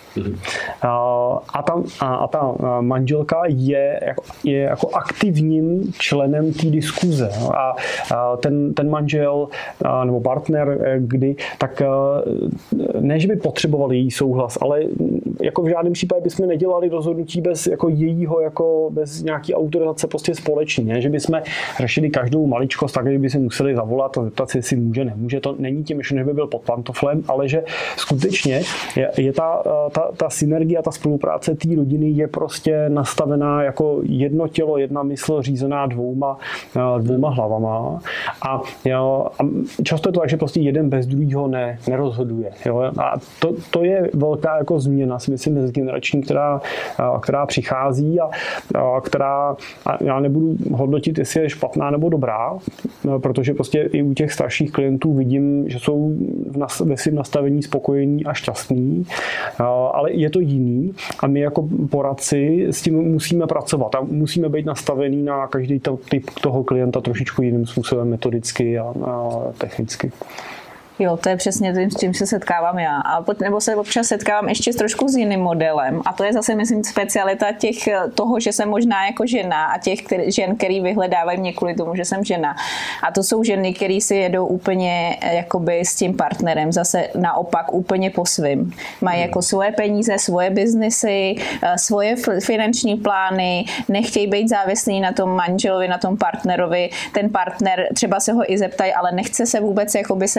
A ta, a ta manželka je jako, je jako aktivním členem té diskuze. A ten, ten manžel nebo partner, kdy, tak ne, že by potřebovali její souhlas, ale jako v žádném případě bychom nedělali rozhodnutí bez jako jejího, jako bez nějaký autorizace prostě společně, ne? Že bychom řešili každou maličkost, tak, že by si museli zavolat a zeptat si, jestli může, nemůže. To není tím, že by byl pod pantoflem, ale že skutečně je, je ta, ta Ta, ta synergie a ta spolupráce té rodiny je prostě nastavená jako jedno tělo, jedna mysl řízená dvouma, dvouma hlavama. A, jo, a často je to tak, že prostě jeden bez druhého ne, nerozhoduje. Jo. A to, to je velká jako změna, si myslím, mezigenerační, která, která přichází a, a která, a já nebudu hodnotit, jestli je špatná nebo dobrá, protože prostě i u těch starších klientů vidím, že jsou ve svém nastavení spokojení a šťastní. Ale je to jiný a my jako poradci s tím musíme pracovat a musíme být nastavení na každý typ toho klienta trošičku jiným způsobem metodicky a, a technicky. Jo, to je přesně tím, s čím se setkávám já. A nebo se občas setkávám ještě s trošku s jiným modelem. A to je zase, myslím, specialita těch, toho, že jsem možná jako žena a těch který, žen, který vyhledávají mě kvůli tomu, že jsem žena. A to jsou ženy, které si jedou úplně jakoby s tím partnerem, zase naopak úplně po svým. Mají jako svoje peníze, svoje biznesy, svoje finanční plány, nechtějí být závislí na tom manželovi, na tom partnerovi. Ten partner třeba se ho i zeptají, ale nechce se vůbec jakoby se mnou sejít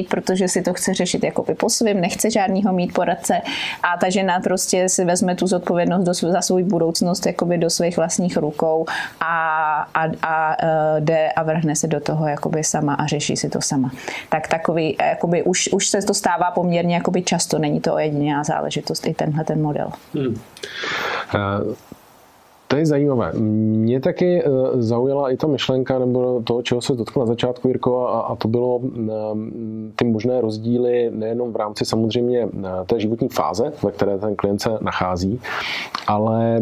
odejít, protože si to chce řešit jakoby po svým, nechce žádnýho mít poradce a ta žena prostě si vezme tu zodpovědnost do, za svou budoucnost jakoby do svých vlastních rukou a, a, a jde a vrhne se do toho jakoby sama a řeší si to sama. Tak takový, jakoby už, už se to stává poměrně jakoby často, není to jediná záležitost i tenhle ten model. Hmm. Uh... To je zajímavé. Mě taky zaujala i ta myšlenka, nebo toho, čeho se dotkl na začátku, Jirko, a, a to bylo ty možné rozdíly nejenom v rámci samozřejmě té životní fáze, ve které ten klient se nachází, ale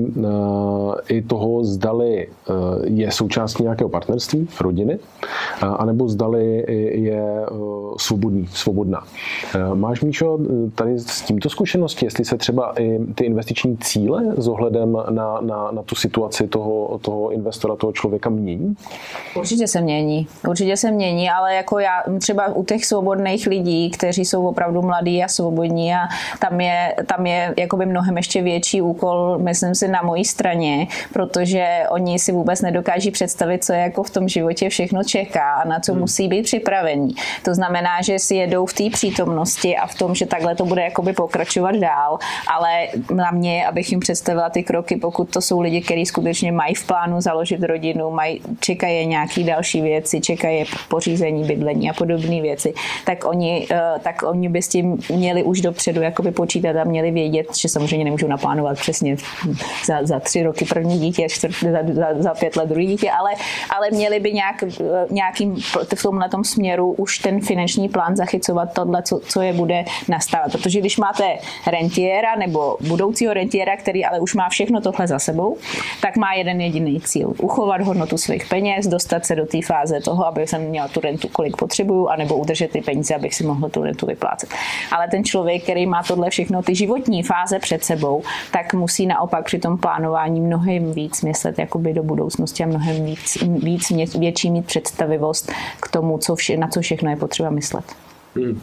i toho, zdali je součástí nějakého partnerství, rodiny, anebo zdali je svobodný, svobodná. Máš, Míšo, tady s tímto zkušenosti, jestli se třeba i ty investiční cíle s ohledem na, na, na tu situaci toho, toho investora, toho člověka mění? Určitě se mění. Určitě se mění, ale jako já třeba u těch svobodných lidí, kteří jsou opravdu mladí a svobodní a tam je, tam je jakoby mnohem ještě větší úkol, myslím si, na mojí straně, protože oni si vůbec nedokáží představit, co je jako v tom životě všechno čeká a na co hmm. musí být připravení. To znamená, že si jedou v té přítomnosti a v tom, že takhle to bude jakoby pokračovat dál, ale na mě, abych jim představila ty kroky, pokud to jsou lidi, kteří skutečně mají v plánu založit rodinu, mají, čekají nějaké další věci, čekají pořízení bydlení a podobné věci, tak oni, tak oni by s tím měli už dopředu jakoby počítat a měli vědět, že samozřejmě nemůžou naplánovat přesně za, za tři roky první dítě, čtvrt, za, za, za pět let druhý dítě, ale, ale měli by nějak, nějakým v tomhletom směru už ten finanční plán zachycovat tohle, co, co je bude nastávat. Protože když máte rentiéra nebo budoucího rentiéra, který ale už má všechno tohle za sebou, tak má jeden jediný cíl. Uchovat hodnotu svých peněz, dostat se do té fáze toho, aby jsem měla tu rentu, kolik potřebuju, anebo udržet ty peníze, abych si mohla tu rentu vyplácet. Ale ten člověk, který má tohle všechno, ty životní fáze před sebou, tak musí naopak při tom plánování mnohem víc myslet jakoby do budoucnosti a mnohem víc, víc větší mít představivost k tomu, co vše, na co všechno je potřeba myslet. Hmm.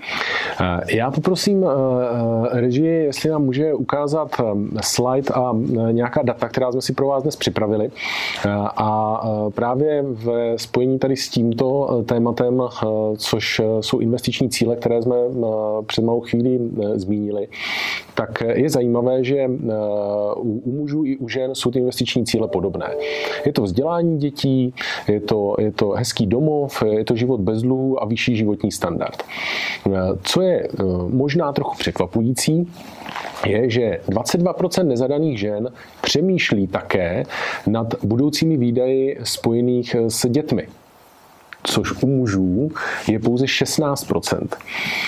Já poprosím režii, jestli nám může ukázat slide a nějaká data, která jsme si pro vás dnes připravili. A právě v spojení tady s tímto tématem, což jsou investiční cíle, které jsme před malou chvílí zmínili, tak je zajímavé, že u mužů i u žen jsou ty investiční cíle podobné. Je to vzdělání dětí, je to, je to hezký domov, je to život bez dluhů a vyšší životní standard. Co je možná trochu překvapující, je, že dvacet dva procent nezadaných žen přemýšlí také nad budoucími výdaji spojených s dětmi, což u mužů je pouze šestnáct procent.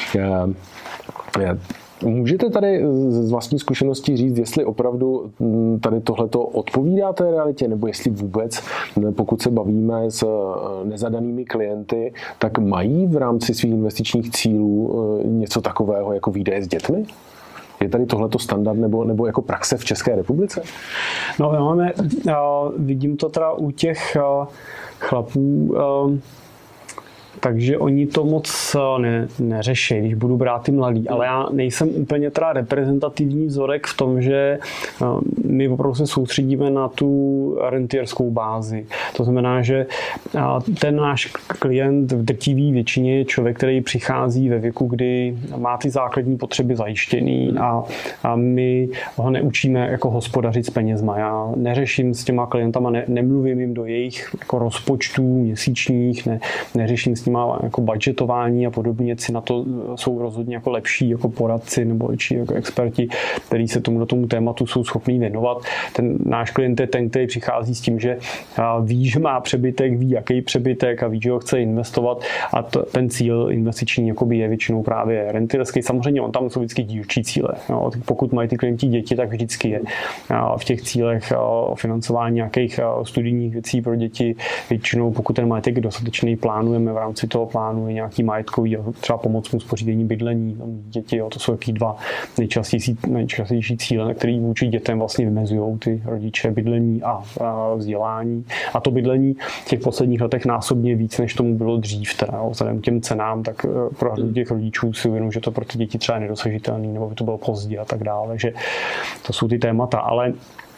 Můžete tady z vlastní zkušenosti říct, jestli opravdu tady tohleto odpovídá té realitě, nebo jestli vůbec, pokud se bavíme s nezadanými klienty, tak mají v rámci svých investičních cílů něco takového jako výdaje s dětmi? Je tady tohleto standard nebo, nebo jako praxe v České republice? No, máme, vidím to teda u těch chlapů, takže oni to moc ne, neřeší, když budu brát ty mladý, ale já nejsem úplně teda reprezentativní vzorek v tom, že my opravdu se soustředíme na tu rentierskou bázi. To znamená, že ten náš klient v drtivé většině je člověk, který přichází ve věku, kdy má ty základní potřeby zajištěný a, a my ho neučíme jako hospodařit s penězma. Já neřeším s těma klientama, ne, nemluvím jim do jejich jako rozpočtů měsíčních, ne, neřeším s má jako budgetování a podobně, si na to jsou rozhodně jako lepší jako poradci nebo lepší jako experti, kteří se tomu, tomu tématu jsou schopní věnovat. Ten náš klient je ten, který přichází s tím, že ví, že má přebytek, ví, jaký přebytek a ví, že ho chce investovat a to, ten cíl investiční jakoby je většinou právě rentierský. Samozřejmě on tam jsou vždycky dílčí cíle. No, pokud mají ty klienti děti, tak vždycky je v těch cílech financování nějakých studijních věcí pro děti. Většinou, pokud ten majetek je dostatečný, plánujeme v rámci toho plánu je nějaký majetkový, třeba pomoc mu s pořízením bydlení, děti, jo, to jsou taky dva nejčastější, nejčastější cíle, které vůči dětem vlastně vymezují ty rodiče, bydlení a, a vzdělání. A to bydlení v těch posledních letech násobně víc, než tomu bylo dřív. Teda, vzhledem k těm cenám, tak pro těch rodičů si uvědomí, že to pro ty děti třeba je nedosažitelný, nebo by to bylo pozdě a tak dále. Takže to jsou ty témata, ale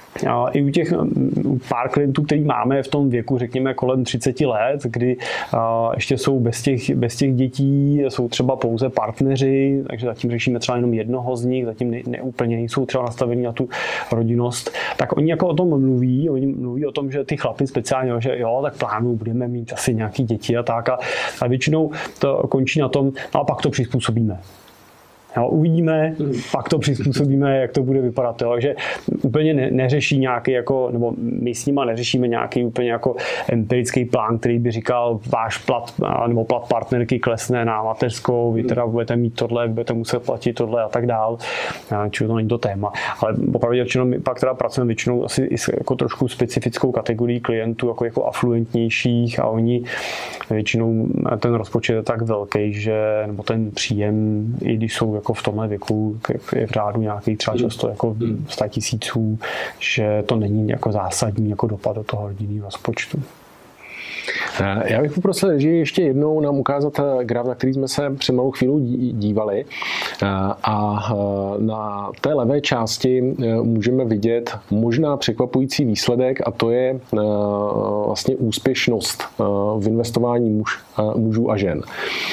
i u těch pár klientů, který máme v tom věku, řekněme kolem třicet let, kdy ještě jsou bez těch, bez těch dětí, jsou třeba pouze partneři, takže zatím řešíme třeba jenom jednoho z nich, zatím ne, neúplně nejsou třeba nastavení na tu rodinnost, tak oni jako o tom mluví, oni mluví o tom, že ty chlapi speciálně, že jo, tak plánují, budeme mít asi nějaký děti a tak a, a většinou to končí na tom, no a pak to přizpůsobíme. Jo, uvidíme, pak to přizpůsobíme, jak to bude vypadat. Jo. Takže úplně ne, neřeší nějaký, jako, nebo my s nima neřešíme nějaký úplně jako empirický plán, který by říkal, váš plat nebo plat partnerky klesne na mateřskou, vy teda budete mít tohle, budete muset platit tohle a tak dál. Čili to není to téma. Ale opravdu řečeno, my pak teda pracujeme většinou asi i s jako trošku specifickou kategorií klientů, jako, jako afluentnějších a oni většinou ten rozpočet je tak velký, že, nebo ten příjem, i když jsou jako v tomhle věku je v řádu nějakých třeba často jako sto tisíců, že to není jako zásadní jako dopad do toho rodinného rozpočtu. Já bych poprosil, že ještě jednou nám ukázat graf, na který jsme se před malou chvílí dívali. A na té levé části můžeme vidět možná překvapující výsledek a to je vlastně úspěšnost v investování muž, mužů a žen.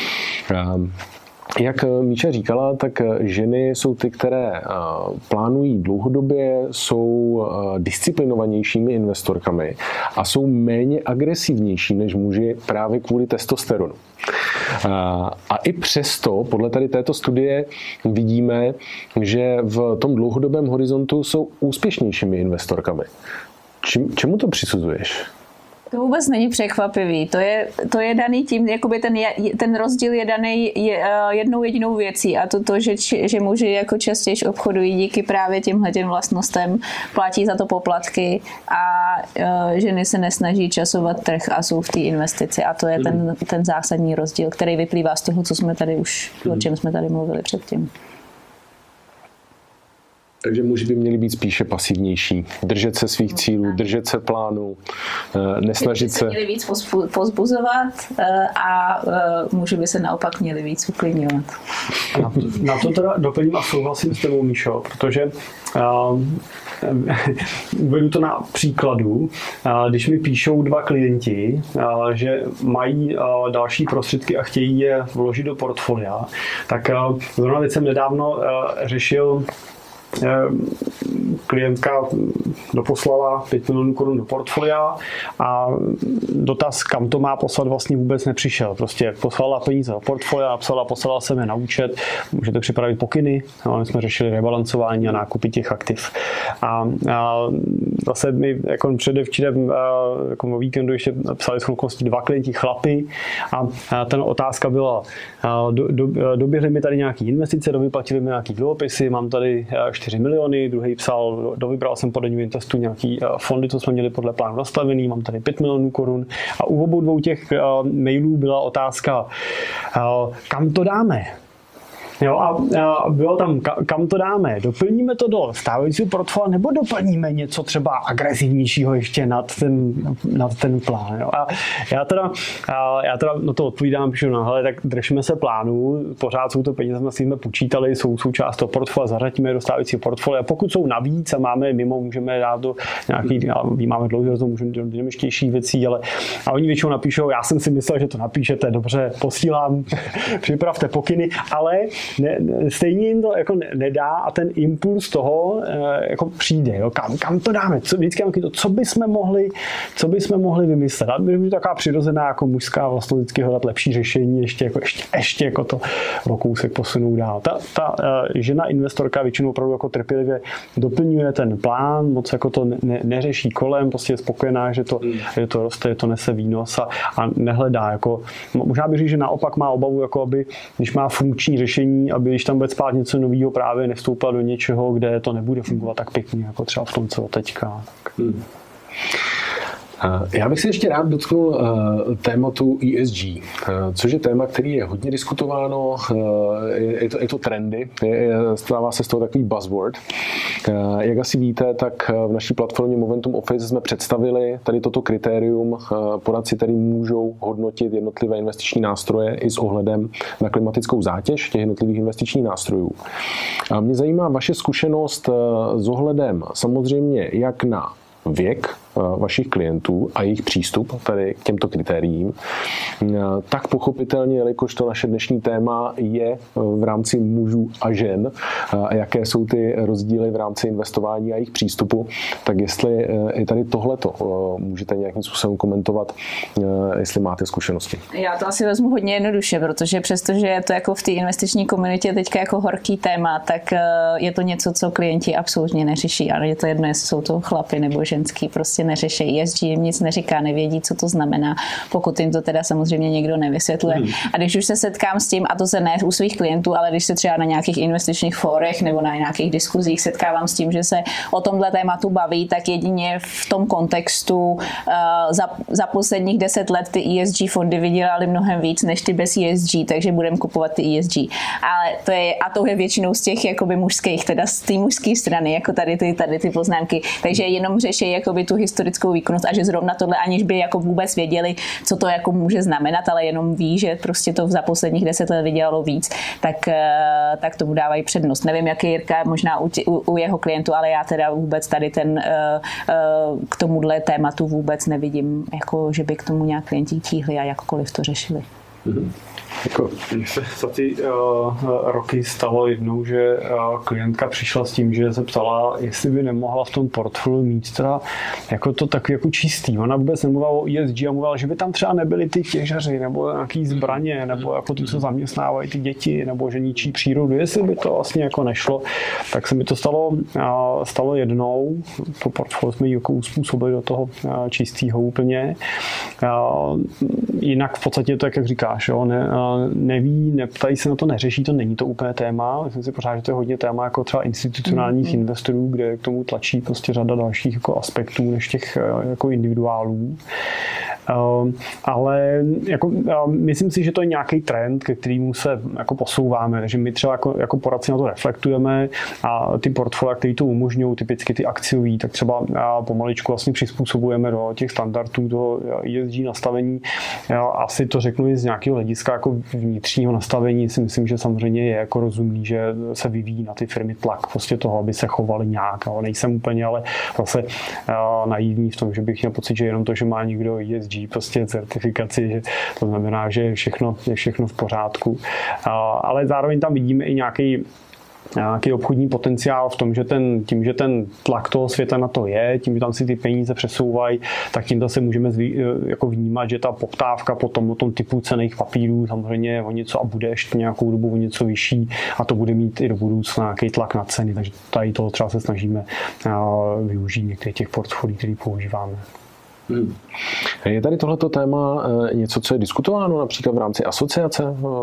Jak Míša říkala, tak ženy jsou ty, které plánují dlouhodobě, jsou disciplinovanějšími investorkami a jsou méně agresivnější než muži právě kvůli testosteronu. A i přesto, podle tady této studie, vidíme, že v tom dlouhodobém horizontu jsou úspěšnějšími investorkami. Čemu to přisuzuješ? To vůbec není překvapivý. To je, to je daný tím, jakoby ten, ten rozdíl je daný jednou jedinou věcí a to to, že, že muži jako častěji obchodují díky právě těmhletěm vlastnostem, platí za to poplatky a ženy se nesnaží časovat trh a jsou v té investici a to je ten, ten zásadní rozdíl, který vyplývá z toho, co jsme tady už, o čem jsme tady mluvili předtím. Takže muži by měli být spíše pasivnější, držet se svých cílů, držet se plánů, nesnažit se... By se měli víc pozbuzovat a muži by se naopak měli víc uklidňovat. Na to, na to teda doplním a souhlasím s tebou, Míšo, protože uh, uvedu to na příkladu. Uh, když mi píšou dva klienti, uh, že mají uh, další prostředky a chtějí je vložit do portfolia, tak uh, zrovna teď jsem nedávno uh, řešil klientka doposlala pět milionů korun do portfolia a dotaz, kam to má poslat, vlastně vůbec nepřišel. Prostě poslala peníze do portfolia, napsala, poslala se mi na účet, můžete připravit pokyny, no, my jsme řešili rebalancování a nákupy těch aktiv. A, a zase mi jako předevčírem jako o víkendu ještě psali schopnosti dva klienti chlapy a, a ten otázka byla, do, do, doběhly mi tady nějaké investice, dovyplatili mi nějaké dluhopisy, mám tady čtyři miliony, druhý psal, dovybral jsem po daňovém testu nějaký fondy, co jsme měli podle plánu nastavený, mám tady pět milionů korun a u obou dvou těch mailů byla otázka, kam to dáme? Jo, a, a bylo tam, kam to dáme? Doplníme to do stávajícího portfolia nebo doplníme něco třeba agresivnějšího ještě nad ten, nad ten plán? Jo? A já teda, a já teda na to odpovídám, píšu, no hele, tak držíme se plánu, pořád jsou to peníze, jsme si jsme počítali, jsou součást toho portfolia, zařadíme do stávajícího portfolia. Pokud jsou navíc a máme mimo, můžeme dát do nějaký, máme dlouhý rozum, můžeme do dynamičtějších věcí, ale a oni většinou napíšou, já jsem si myslel, že to napíšete, dobře, posílám, připravte pokyny, ale Ne, stejně jim to jako nedá a ten impuls toho e, jako přijde, jo, kam, kam to dáme, co, vždycky to, co bychom mohli, co bychom mohli vymyslet. A je to taková přirozená jako mužská vlastnost vždycky hledat lepší řešení, ještě jako, ještě, ještě jako to o kousek posunou dál. Ta, ta e, žena investorka většinou opravdu jako trpělivě doplňuje ten plán, moc jako to ne, neřeší kolem, prostě je spokojená, že to, mm. že to roste, že to nese výnos a, a nehledá jako, možná bych říct, že naopak má obavu, jako aby, když má funkční řešení, aby když tam bude spát něco nového, právě nevstoupila do něčeho, kde to nebude fungovat tak pěkně, jako třeba v tom, co teďka. Tak. Hmm. Já bych si ještě rád dotknul tématu E S G, což je téma, který je hodně diskutováno, je to, je to trendy, je, stává se z toho takový buzzword. Jak asi víte, tak v naší platformě Momentum Office jsme představili tady toto kritérium. Poradci tady můžou hodnotit jednotlivé investiční nástroje i s ohledem na klimatickou zátěž těch jednotlivých investičních nástrojů. A mě zajímá vaše zkušenost s ohledem samozřejmě jak na věk vašich klientů a jejich přístup tady k těmto kritériím, tak pochopitelně, jelikož to naše dnešní téma je v rámci mužů a žen a jaké jsou ty rozdíly v rámci investování a jejich přístupu, tak jestli i tady tohleto můžete nějakým způsobem komentovat, jestli máte zkušenosti. Já to asi vezmu hodně jednoduše, protože přestože je to jako v té investiční komunitě teďka jako horký téma, tak je to něco, co klienti absolutně neřeší. Ale je to jedno, jestli jsou to chlapi nebo ženský, prostě neřeší. E S G jim nic neříká, nevědí, co to znamená, pokud jim to teda samozřejmě někdo nevysvětluje. Hmm. A když už se setkám s tím, a to se ne u svých klientů, ale když se třeba na nějakých investičních fórech nebo na nějakých diskuzích setkávám s tím, že se o tomhle tématu baví, tak jedině v tom kontextu uh, za, za posledních deset let ty E S G fondy vydělaly mnohem víc než ty bez E S G, takže budeme kupovat ty E S G. Ale to je, a to je většinou z těch jakoby mužských, teda z té mužské strany, jako tady ty, tady ty poznámky. Takže jenom řeší jakoby tu historickou výkonnost a že zrovna tohle, aniž by jako vůbec věděli, co to jako může znamenat, ale jenom ví, že prostě to za posledních deset let vydělalo víc, tak, tak tomu dávají přednost. Nevím, jaký Jirka, možná u, tě, u, u jeho klientů, ale já teda vůbec tady ten uh, uh, k tomuhle tématu vůbec nevidím, jako, že by k tomu nějak klienti tíhli a jakkoliv to řešili. Mm-hmm. Jako, se za ty uh, roky stalo jednou, že uh, klientka přišla s tím, že se ptala, jestli by nemohla v tom portfoliu mít teda jako to tak jako čistý. Ona vůbec nemluvila o E S G a mluvila, že by tam třeba nebyly ty těžaři nebo nějaký zbraně, nebo jako ty, co zaměstnávají ty děti, nebo že ničí přírodu. Jestli by to vlastně jako nešlo, tak se mi to stalo, uh, stalo jednou. To portfolio jsme jako uspůsobili do toho uh, čistého úplně. Uh, jinak v podstatě to, jak říkáš, jo, ne, neví, neptají se na to, neřeší, to není to úplně téma. Myslím si pořád, že to je hodně téma jako třeba institucionálních mm. investorů, kde k tomu tlačí prostě řada dalších jako aspektů než těch jako individuálů. Uh, ale jako, uh, myslím si, že to je nějaký trend, ke kterému se jako posouváme, takže my třeba jako, jako poradci na to reflektujeme a ty portfolia, které to umožňují, typicky ty akciový, tak třeba uh, pomaličku vlastně přizpůsobujeme do těch standardů toho E S G nastavení. Uh, asi to řeknu i z nějakého hlediska jako vnitřního nastavení, si myslím, že samozřejmě je jako rozumný, že se vyvíjí na ty firmy tlak prostě toho, aby se chovali nějak. Ale nejsem úplně ale zase uh, naivní v tom, že bych měl pocit, že jenom to, že má někdo E S G prostě certifikaci, že to znamená, že je všechno, je všechno v pořádku. Ale zároveň tam vidíme i nějaký nějaký obchodní potenciál v tom, že ten, tím, že ten tlak toho světa na to je, tím, že tam si ty peníze přesouvají, tak tím zase můžeme zví, jako vnímat, že ta poptávka po tom, tom typu cenných papírů samozřejmě o něco a bude ještě nějakou dobu o něco vyšší a to bude mít i do budoucna nějaký tlak na ceny, takže tady toho třeba se snažíme využít některých těch portfolií, které používáme. Hmm. Je tady tohleto téma něco, co je diskutováno například v rámci asociace?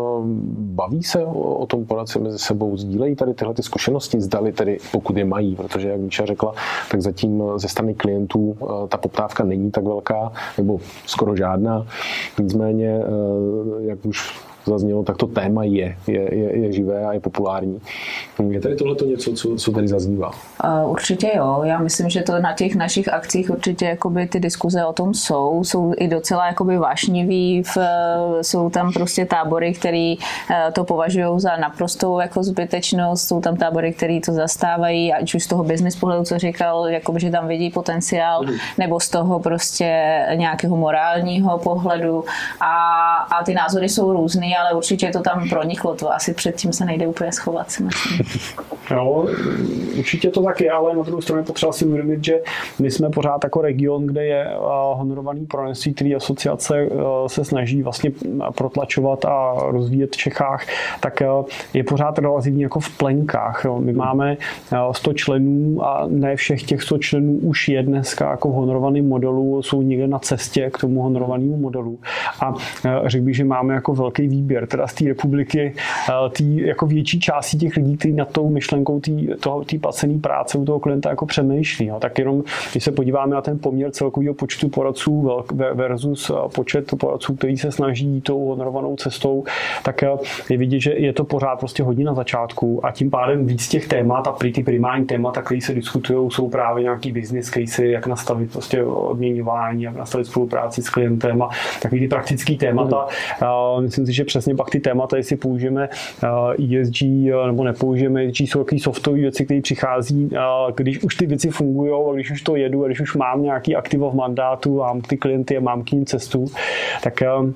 Baví se o tom poradci mezi sebou? Sdílejí tady tyhle ty zkušenosti? Zdali tedy, pokud je mají, protože jak Míša řekla, tak zatím ze strany klientů ta poptávka není tak velká, nebo skoro žádná. Nicméně, jak už zaznělo, tak to téma je, je, je, je živé a je populární. Je tady tohleto něco, co, co tady zaznívá? Uh, určitě jo. Já myslím, že to na těch našich akcích určitě jakoby ty diskuze o tom jsou. Jsou i docela jakoby vášnivý. V, jsou tam prostě tábory, který uh, to považují za naprostou jako zbytečnost. Jsou tam tábory, který to zastávají, ať už z toho business pohledu, co říkal, jakoby, že tam vidí potenciál, mm. nebo z toho prostě nějakého morálního pohledu. A, a ty názory jsou různý, ale určitě to tam proniklo, to asi předtím se nejde úplně schovat, si myslím. No, určitě to tak je, ale na druhou stranu potřeba si uvědomit, že my jsme pořád jako region, kde je honorovaný poradenství, který asociace se snaží vlastně protlačovat a rozvíjet v Čechách, tak je pořád relativně jako v plenkách. My máme sto členů a ne všech těch sto členů už je dneska jako v honorovaném modelu, jsou někde na cestě k tomu honorovanému modelu. A řekl bych, že máme jako velký výběr teda z té republiky, tý jako větší části těch lidí, kteří na tou myšlenkou myšlenkou té placené práce u toho klienta jako přemýšlí. Jo. Tak jenom, když se podíváme na ten poměr celkového počtu poradců versus počet poradců, který se snaží tou honorovanou cestou, tak je vidět, že je to pořád prostě hodně na začátku a tím pádem víc těch témat a ty primární témata, které se diskutují, jsou právě nějaký business casey, jak nastavit prostě odměňování, jak nastavit spolupráci s klientem a takový ty praktický témata. Mm. Myslím si, že přesně pak ty témata, jestli použijeme E S G nebo nepoužijeme E S G, jsou takový softové věci, které přichází, když už ty věci fungují a když už to jedu a když už mám nějaký aktiva v mandátu a mám ty klienty a mám k ním cestu, tak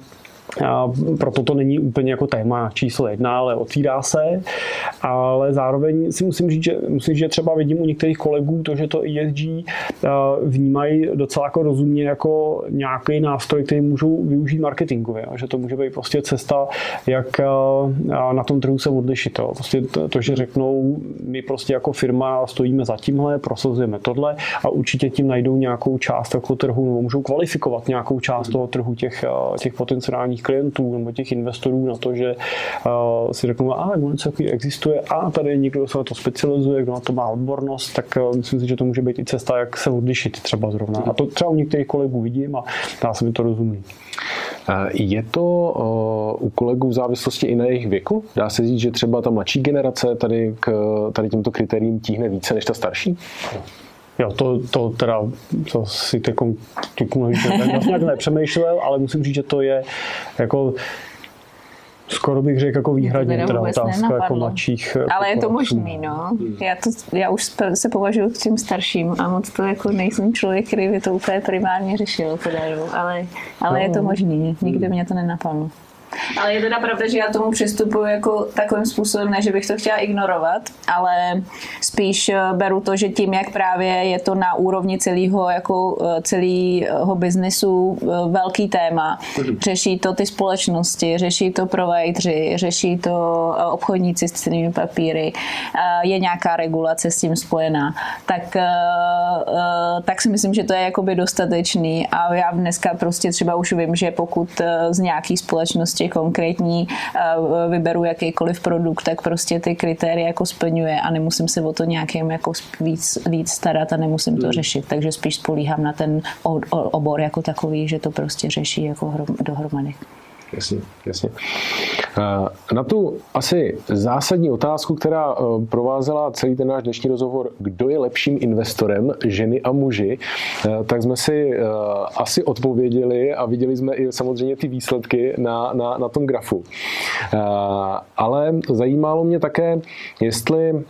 a proto to není úplně jako téma číslo jedna, ale otvírá se, ale zároveň si musím říct, že, musím říct, že třeba vidím u některých kolegů to, že to E S G vnímají docela jako rozumně jako nějaký nástroj, který můžou využít marketingově, že to může být prostě cesta, jak na tom trhu se odlišit. Prostě to, to, že řeknou, my prostě jako firma stojíme za tímhle, prosazujeme tohle a určitě tím najdou nějakou část jako trhu, nebo můžou kvalifikovat nějakou část toho trhu těch, těch potenciálních klientů nebo těch investorů na to, že uh, si řeknou, a něco takový existuje a tady někdo se na to specializuje, kdo na to má odbornost, tak uh, myslím si, že to může být i cesta, jak se odlišit třeba zrovna. A to třeba u některých kolegů vidím a dá se mi to rozumí. Je to uh, u kolegů v závislosti i na jejich věku? Dá se říct, že třeba ta mladší generace tady k tady těmto kritériím tíhne více než ta starší? Jo, to, to teda, to si teď nějak nepřemýšlel, ale musím říct, že to je jako skoro bych řekl jako výhradně teda otázka jako mladších. Ale je to možný, no. Hmm. Já, to, já už se považuji k těm starším a moc to jako nejsem člověk, který by to úplně primárně řešil, teda, jo. Ale, ale no. Je to možný, nikdy mě to nenapadlo. Ale je teda pravda, že já tomu přistupuji jako takovým způsobem, ne, že bych to chtěla ignorovat, ale spíš beru to, že tím, jak právě je to na úrovni celého, jako celého biznesu velký téma, řeší to ty společnosti, řeší to provideri, řeší to obchodníci s cennými papíry, je nějaká regulace s tím spojená, tak, tak si myslím, že to je jakoby dostatečný a já dneska prostě třeba už vím, že pokud z nějaký společnosti konkrétní vyberu jakýkoliv produkt, tak prostě ty kritéria jako splňuje a nemusím se o to nějakým jako víc, víc starat a nemusím to řešit. Takže spíš spolíhám na ten obor jako takový, že to prostě řeší jako dohromady. Jasně, jasně. Na tu asi zásadní otázku, která provázela celý ten náš dnešní rozhovor, kdo je lepším investorem, ženy a muži, tak jsme si asi odpověděli a viděli jsme i samozřejmě ty výsledky na, na, na tom grafu. Ale zajímalo mě také, jestli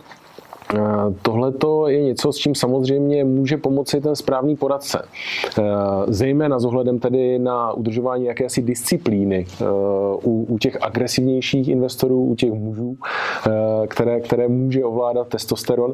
tohleto je něco, s čím samozřejmě může pomoci ten správný poradce. Zejména s ohledem tedy na udržování jakési disciplíny u, u těch agresivnějších investorů, u těch mužů, které, které může ovládat testosteron.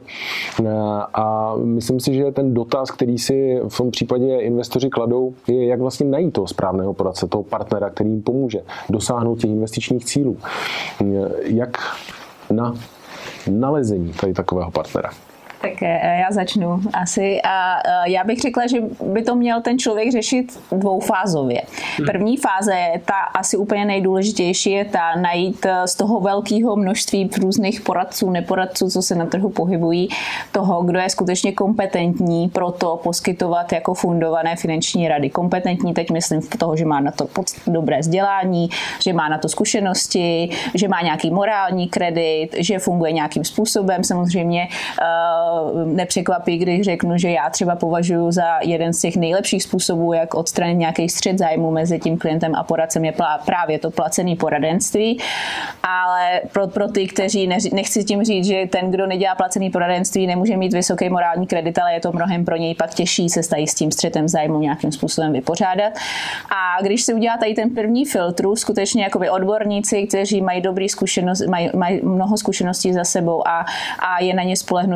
A myslím si, že ten dotaz, který si v tom případě investoři kladou, je, jak vlastně najít toho správného poradce, toho partnera, který jim pomůže dosáhnout těch investičních cílů. Jak na nalezení tady takového partnera. Tak já začnu asi a já bych řekla, že by to měl ten člověk řešit dvoufázově. První fáze je ta asi úplně nejdůležitější, je ta najít z toho velkého množství různých poradců, neporadců, co se na trhu pohybují, toho, kdo je skutečně kompetentní pro to poskytovat jako fundované finanční rady. Kompetentní teď myslím v toho, že má na to dobré vzdělání, že má na to zkušenosti, že má nějaký morální kredit, že funguje nějakým způsobem. Samozřejmě nepřekvapí, když řeknu, že já třeba považuji za jeden z těch nejlepších způsobů, jak odstranit nějaký střet zájmu mezi tím klientem a poradcem, je právě to placené poradenství. Ale pro, pro ty, kteří neři, nechci tím říct, že ten, kdo nedělá placené poradenství, nemůže mít vysoký morální kredit, ale je to mnohem pro něj pak těžší se s tím střetem zájmu nějakým způsobem vypořádat. A když se udělá tady ten první filtr, skutečně jakoby odborníci, kteří mají dobrý zkušenost, mají, mají mnoho zkušeností za sebou a, a je na ně spolehnutí, je jim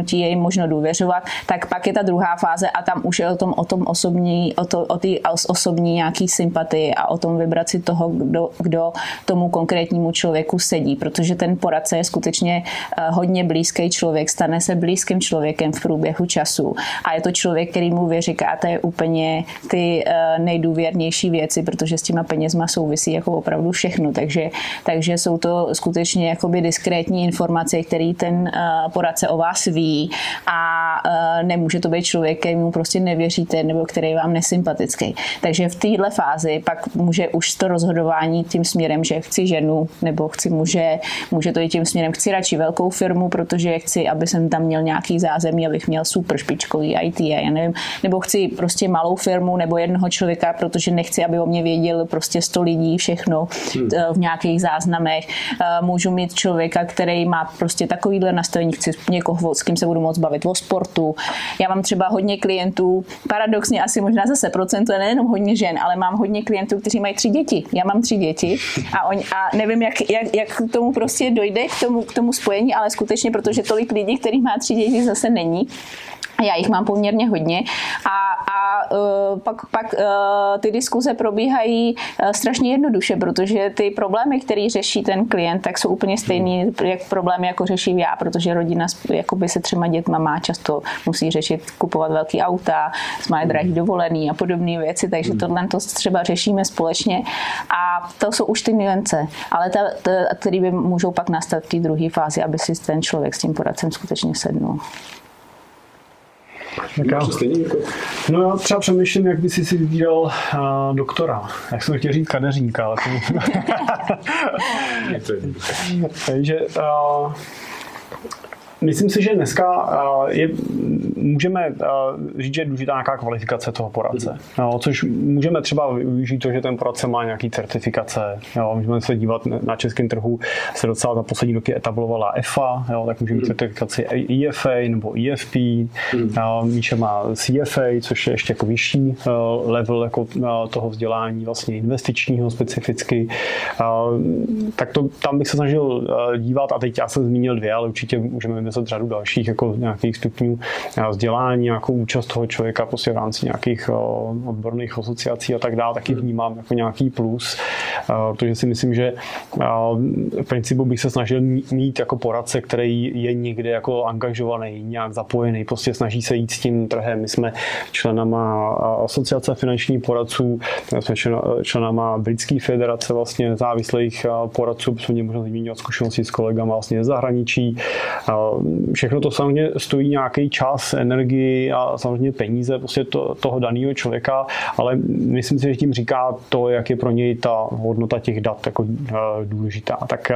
možno důvěřovat, tak pak je ta druhá fáze a tam už je o tom, o tom osobní, o, to, o ty osobní nějaký sympatii a o tom vybrat si toho, kdo, kdo tomu konkrétnímu člověku sedí, protože ten poradce je skutečně hodně blízký člověk, stane se blízkým člověkem v průběhu času a je to člověk, který mu vy říkáte úplně ty nejdůvěrnější věci, protože s těma penězma souvisí jako opravdu všechno, takže, takže jsou to skutečně jakoby diskrétní informace, který ten poradce o vás ví a nemůže to být člověk, kterému prostě nevěříte nebo který je vám nesympatický. Takže v téhle fázi pak může už to rozhodování tím směrem, že chci ženu nebo chci muže, může to i tím směrem, chci radši velkou firmu, protože chci, aby jsem tam měl nějaký zázemí, abych měl super špičkový í té, já nevím, nebo chci prostě malou firmu nebo jednoho člověka, protože nechci, aby o mě věděl prostě sto lidí, všechno v nějakých záznamech. Můžu mít člověka, který má prostě takovýhle nastavení, chci někoho, s kým se budu moc bavit o sportu. Já mám třeba hodně klientů, paradoxně asi možná zase procento, nejenom hodně žen, ale mám hodně klientů, kteří mají tři děti. Já mám tři děti a, on, a nevím, jak, jak, jak k tomu prostě dojde, k tomu, k tomu spojení, ale skutečně, protože tolik lidí, kterých má tři děti, zase není. Já jich mám poměrně hodně a, a uh, pak, pak uh, ty diskuze probíhají uh, strašně jednoduše, protože ty problémy, které řeší ten klient, tak jsou úplně stejný jak problémy, jako řeším já, protože rodina jakoby se třema dětma má často musí řešit, kupovat velký auta, mají drahý dovolený a podobné věci, takže tohle to třeba řešíme společně a to jsou už ty nuance, ale ta, ta, který by můžou pak nastat v té druhé fázi, aby si ten člověk s tím poradcem skutečně sednul. Já, no já třeba přemýšlím, jak by si si vybíral uh, doktora. Jak jsem chtěl říct kadeřníka, ale to Takže uh, myslím si, že dneska je, můžeme říct, že je důležitá nějaká kvalifikace toho poradce. Jo, což můžeme třeba využít to, že ten poradce má nějaký certifikace. Jo, můžeme se dívat na českém trhu, se docela za poslední roky etablovala E F A, jo, tak můžeme mít certifikaci E F A nebo E F P. Míša má C F A, což je ještě jako vyšší level jako toho vzdělání, vlastně investičního specificky. Tak to, tam bych se snažil dívat a teď já jsem zmínil dvě, ale určitě můžeme vymyslet řadu dalších jako nějakých stupňů vzdělání, nějakou účast toho člověka prostě v rámci nějakých odborných asociací a tak dále, taky vnímám jako nějaký plus, protože si myslím, že v principu bych se snažil mít jako poradce, který je někde jako angažovaný, nějak zapojený, prostě snaží se jít s tím trhem. My jsme členama asociace finančních poradců, jsme členama Britské federace vlastně nezávislých poradců, protože mě možná vyměňovat zkušenosti s kolegama vlastně ze zahraničí. Všechno to samozřejmě stojí nějaký čas, energii a samozřejmě peníze prostě to, toho daného člověka, ale myslím si, že tím říká to, jak je pro něj ta hodnota těch dat jako důležitá. Tak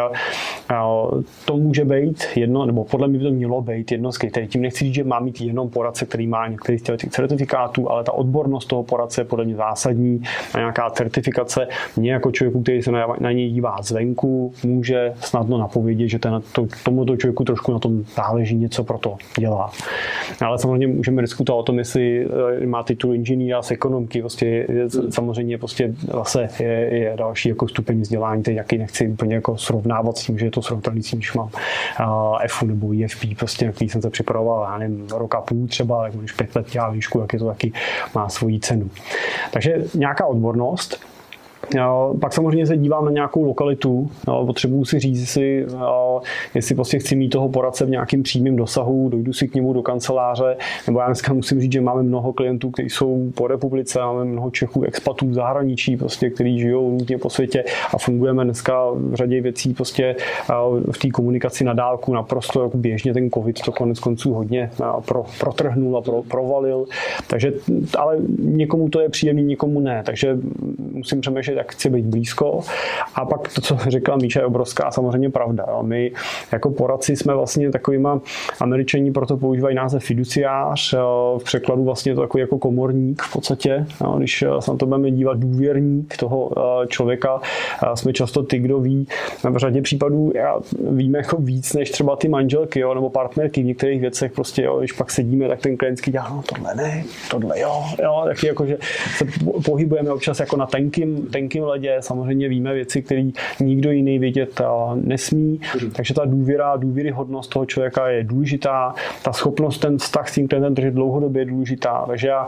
to může být jedno, nebo podle mě by to mělo být jedno z kritérií. Tím nechci říct, že má mít jenom poradce, který má některý z těch certifikátů, ale ta odbornost toho poradce je podle mě zásadní a nějaká certifikace mě jako člověku, který se na, na něj dívá zvenku, může snadno napovědět, že ten, to, tomuto člověku trošku na tom záleží, něco pro to dělá. Ale samozřejmě můžeme diskutovat o tom, jestli má titul inženýra z ekonomky, prostě samozřejmě prostě zase je, je další jako stupeň vzdělání, teď jaký nechci úplně jako srovnávat s tím, že je to srovnatelný s tím, když mám F U nebo E F P, prostě, který jsem se připravoval, já nevím, rok a půl třeba, tak když pět let dělá výšku, jak je to taky má svoji cenu. Takže nějaká odbornost. Jo, pak samozřejmě se dívám na nějakou lokalitu, jo, potřebuji si říct, jestli, jo, jestli prostě chci mít toho poradce v nějakým přímém dosahu, dojdu si k němu do kanceláře, nebo já dneska musím říct, že máme mnoho klientů, kteří jsou po republice, máme mnoho Čechů, expatů v zahraničí, prostě, kteří žijou různě po světě a fungujeme dneska v řadě věcí prostě v té komunikaci na dálku naprosto jako běžně. Ten covid to konec konců hodně pro, protrhnul a pro, provalil, takže, ale někomu to je příjemný, někomu ne, takže musím přemýšlet, jak chci být blízko. A pak to, co řekla Míša, je obrovská samozřejmě pravda. Jo. My jako poradci jsme vlastně takovýma, Američani proto používají název fiduciář, jo. V překladu vlastně to takový jako komorník v podstatě. Jo. Když se na to budeme dívat, důvěrník toho člověka, jsme často ty, kdo ví. V řadě případů já víme jako víc než třeba ty manželky, jo, nebo partnerky v některých věcech. Prostě, jo, když pak sedíme, tak ten klientský dělá, no tohle ne, tohle jo, jo, taky jako, že se pohybujeme občas jako na tenkém tenkým, tenkým ledě, samozřejmě víme věci, které nikdo jiný vědět nesmí, takže ta důvěra, důvěryhodnost toho člověka je důležitá, ta schopnost ten vztah s tím klientem držet dlouhodobě je důležitá, takže já,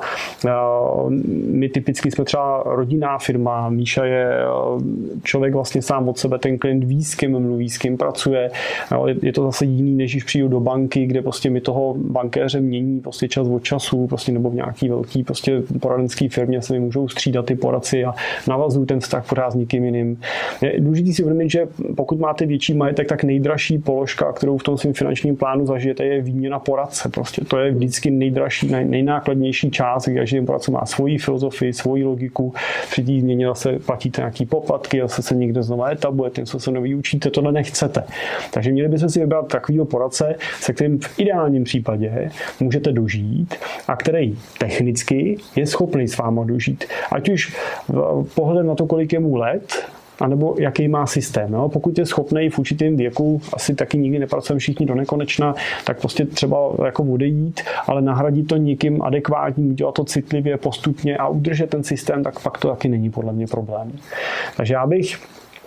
my typicky jsme třeba rodinná firma, Míša je člověk vlastně sám od sebe, ten klient ví, s kým mluví, s kým pracuje, je to zase jiný, než když přijdu do banky, kde prostě mi toho bankéře mění prostě čas od času, prostě nebo v nějaký velký prostě poradenský firmě se mi můžou střídat ty poradci a navazují ten vztah pořád s někým jiným. Je důležité si uvědomit, že pokud máte větší majetek, tak nejdražší položka, kterou v tom svém finančním plánu zažijete, je výměna poradce. Prostě to je vždycky nejdražší, nej, nejnákladnější část, každý poradce má svoji filozofii, svoji logiku. Při té změně zase platíte nějaký poplatky, zase se někde znova etablujete, něco se nový učíte, tohle nechcete. Takže měli byste si vybrat takovýho poradce, se kterým v ideálním případě můžete dožít a který technicky je schopný s váma dožít. Ať už pohledem na to, kolik je mu let, anebo jaký má systém. Jo? Pokud je schopný v určitém věku, asi taky nikdy nepracujeme všichni do nekonečna, tak prostě třeba jako odejít, ale nahradit to někým adekvátním, udělat to citlivě, postupně a udržet ten systém, tak pak to taky není podle mě problém. Takže já bych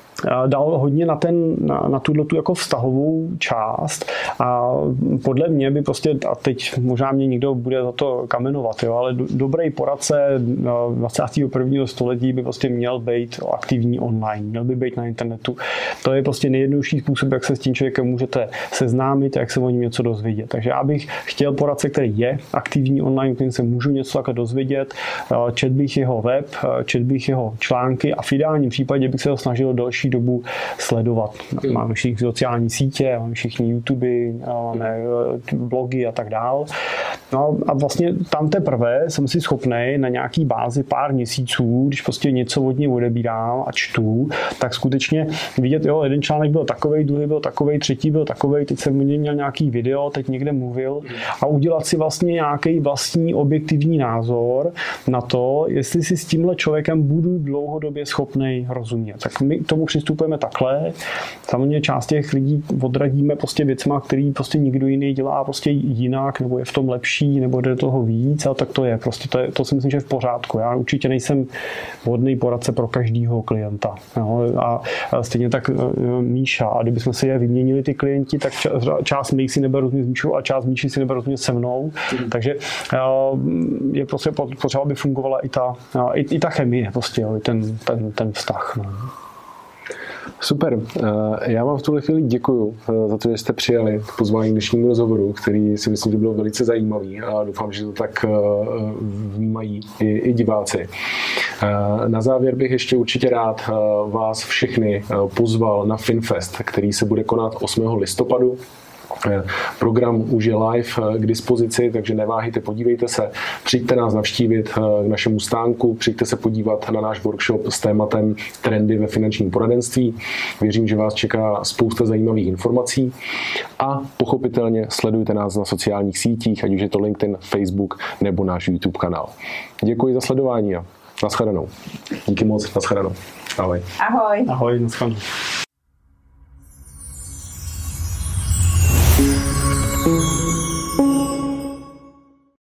dal hodně na, ten, na, na tuto jako vztahovou část a podle mě by prostě, a teď možná mě někdo bude za to kamenovat, jo, ale do, dobrý poradce dvacátého prvního století by prostě měl být aktivní online, měl by být na internetu. To je prostě nejjednodušší způsob, jak se s tím člověkem můžete seznámit a jak se o něm něco dozvědět. Takže já bych chtěl poradce, který je aktivní online, kterým se můžu něco takhle dozvědět, četl bych jeho web, četl bych jeho články a v ideálním případě bych se ho snažil další dobu sledovat. Máme všichni sociální sítě, máme všichni YouTube, máme blogy a tak dál. No a vlastně tam teprve jsem si schopný na nějaký bázi pár měsíců, když prostě něco od něj odebírám a čtu, tak skutečně vidět, jo, jeden článek byl takovej, druhý byl takovej, třetí byl takovej, teď jsem měl nějaký video, teď někde mluvil a udělat si vlastně nějaký vlastní objektivní názor na to, jestli si s tímhle člověkem budu dlouhodobě schopný rozumět. Tak my k tomu přistupujeme takhle. Samozřejmě část těch lidí odradíme prostě věcma, který prostě nikdo jiný dělá prostě jinak, nebo je v tom lepší, nebo jde do toho víc, a tak to je. Prostě to, je, to si myslím, že je v pořádku. Já určitě nejsem vhodný poradce pro každýho klienta. Jo? A stejně tak Míša. A kdybychom si je vyměnili ty klienti, tak část mých si nebude rozumět s Míšou a část Míši si nebude rozumět se mnou. Mm. Takže je prostě potřeba, aby fungovala i ta, i, i ta chemie, prostě, jo? Ten, ten, ten vztah. No. Super. Já vám v tuhle chvíli děkuju za to, že jste přijali pozvání k dnešnímu rozhovoru, který si myslím, že byl velice zajímavý a doufám, že to tak vnímají i, i diváci. Na závěr bych ještě určitě rád vás všechny pozval na FinFest, který se bude konat osmého listopadu. Program už je live k dispozici, takže neváhejte, podívejte se, přijďte nás navštívit k našemu stánku, přijďte se podívat na náš workshop s tématem trendy ve finančním poradenství. Věřím, že vás čeká spousta zajímavých informací a pochopitelně sledujte nás na sociálních sítích, ať už je to LinkedIn, Facebook nebo náš YouTube kanál. Děkuji za sledování a nashledanou. Díky moc, nashledanou. Ahoj. Ahoj. Ahoj, nashledanou.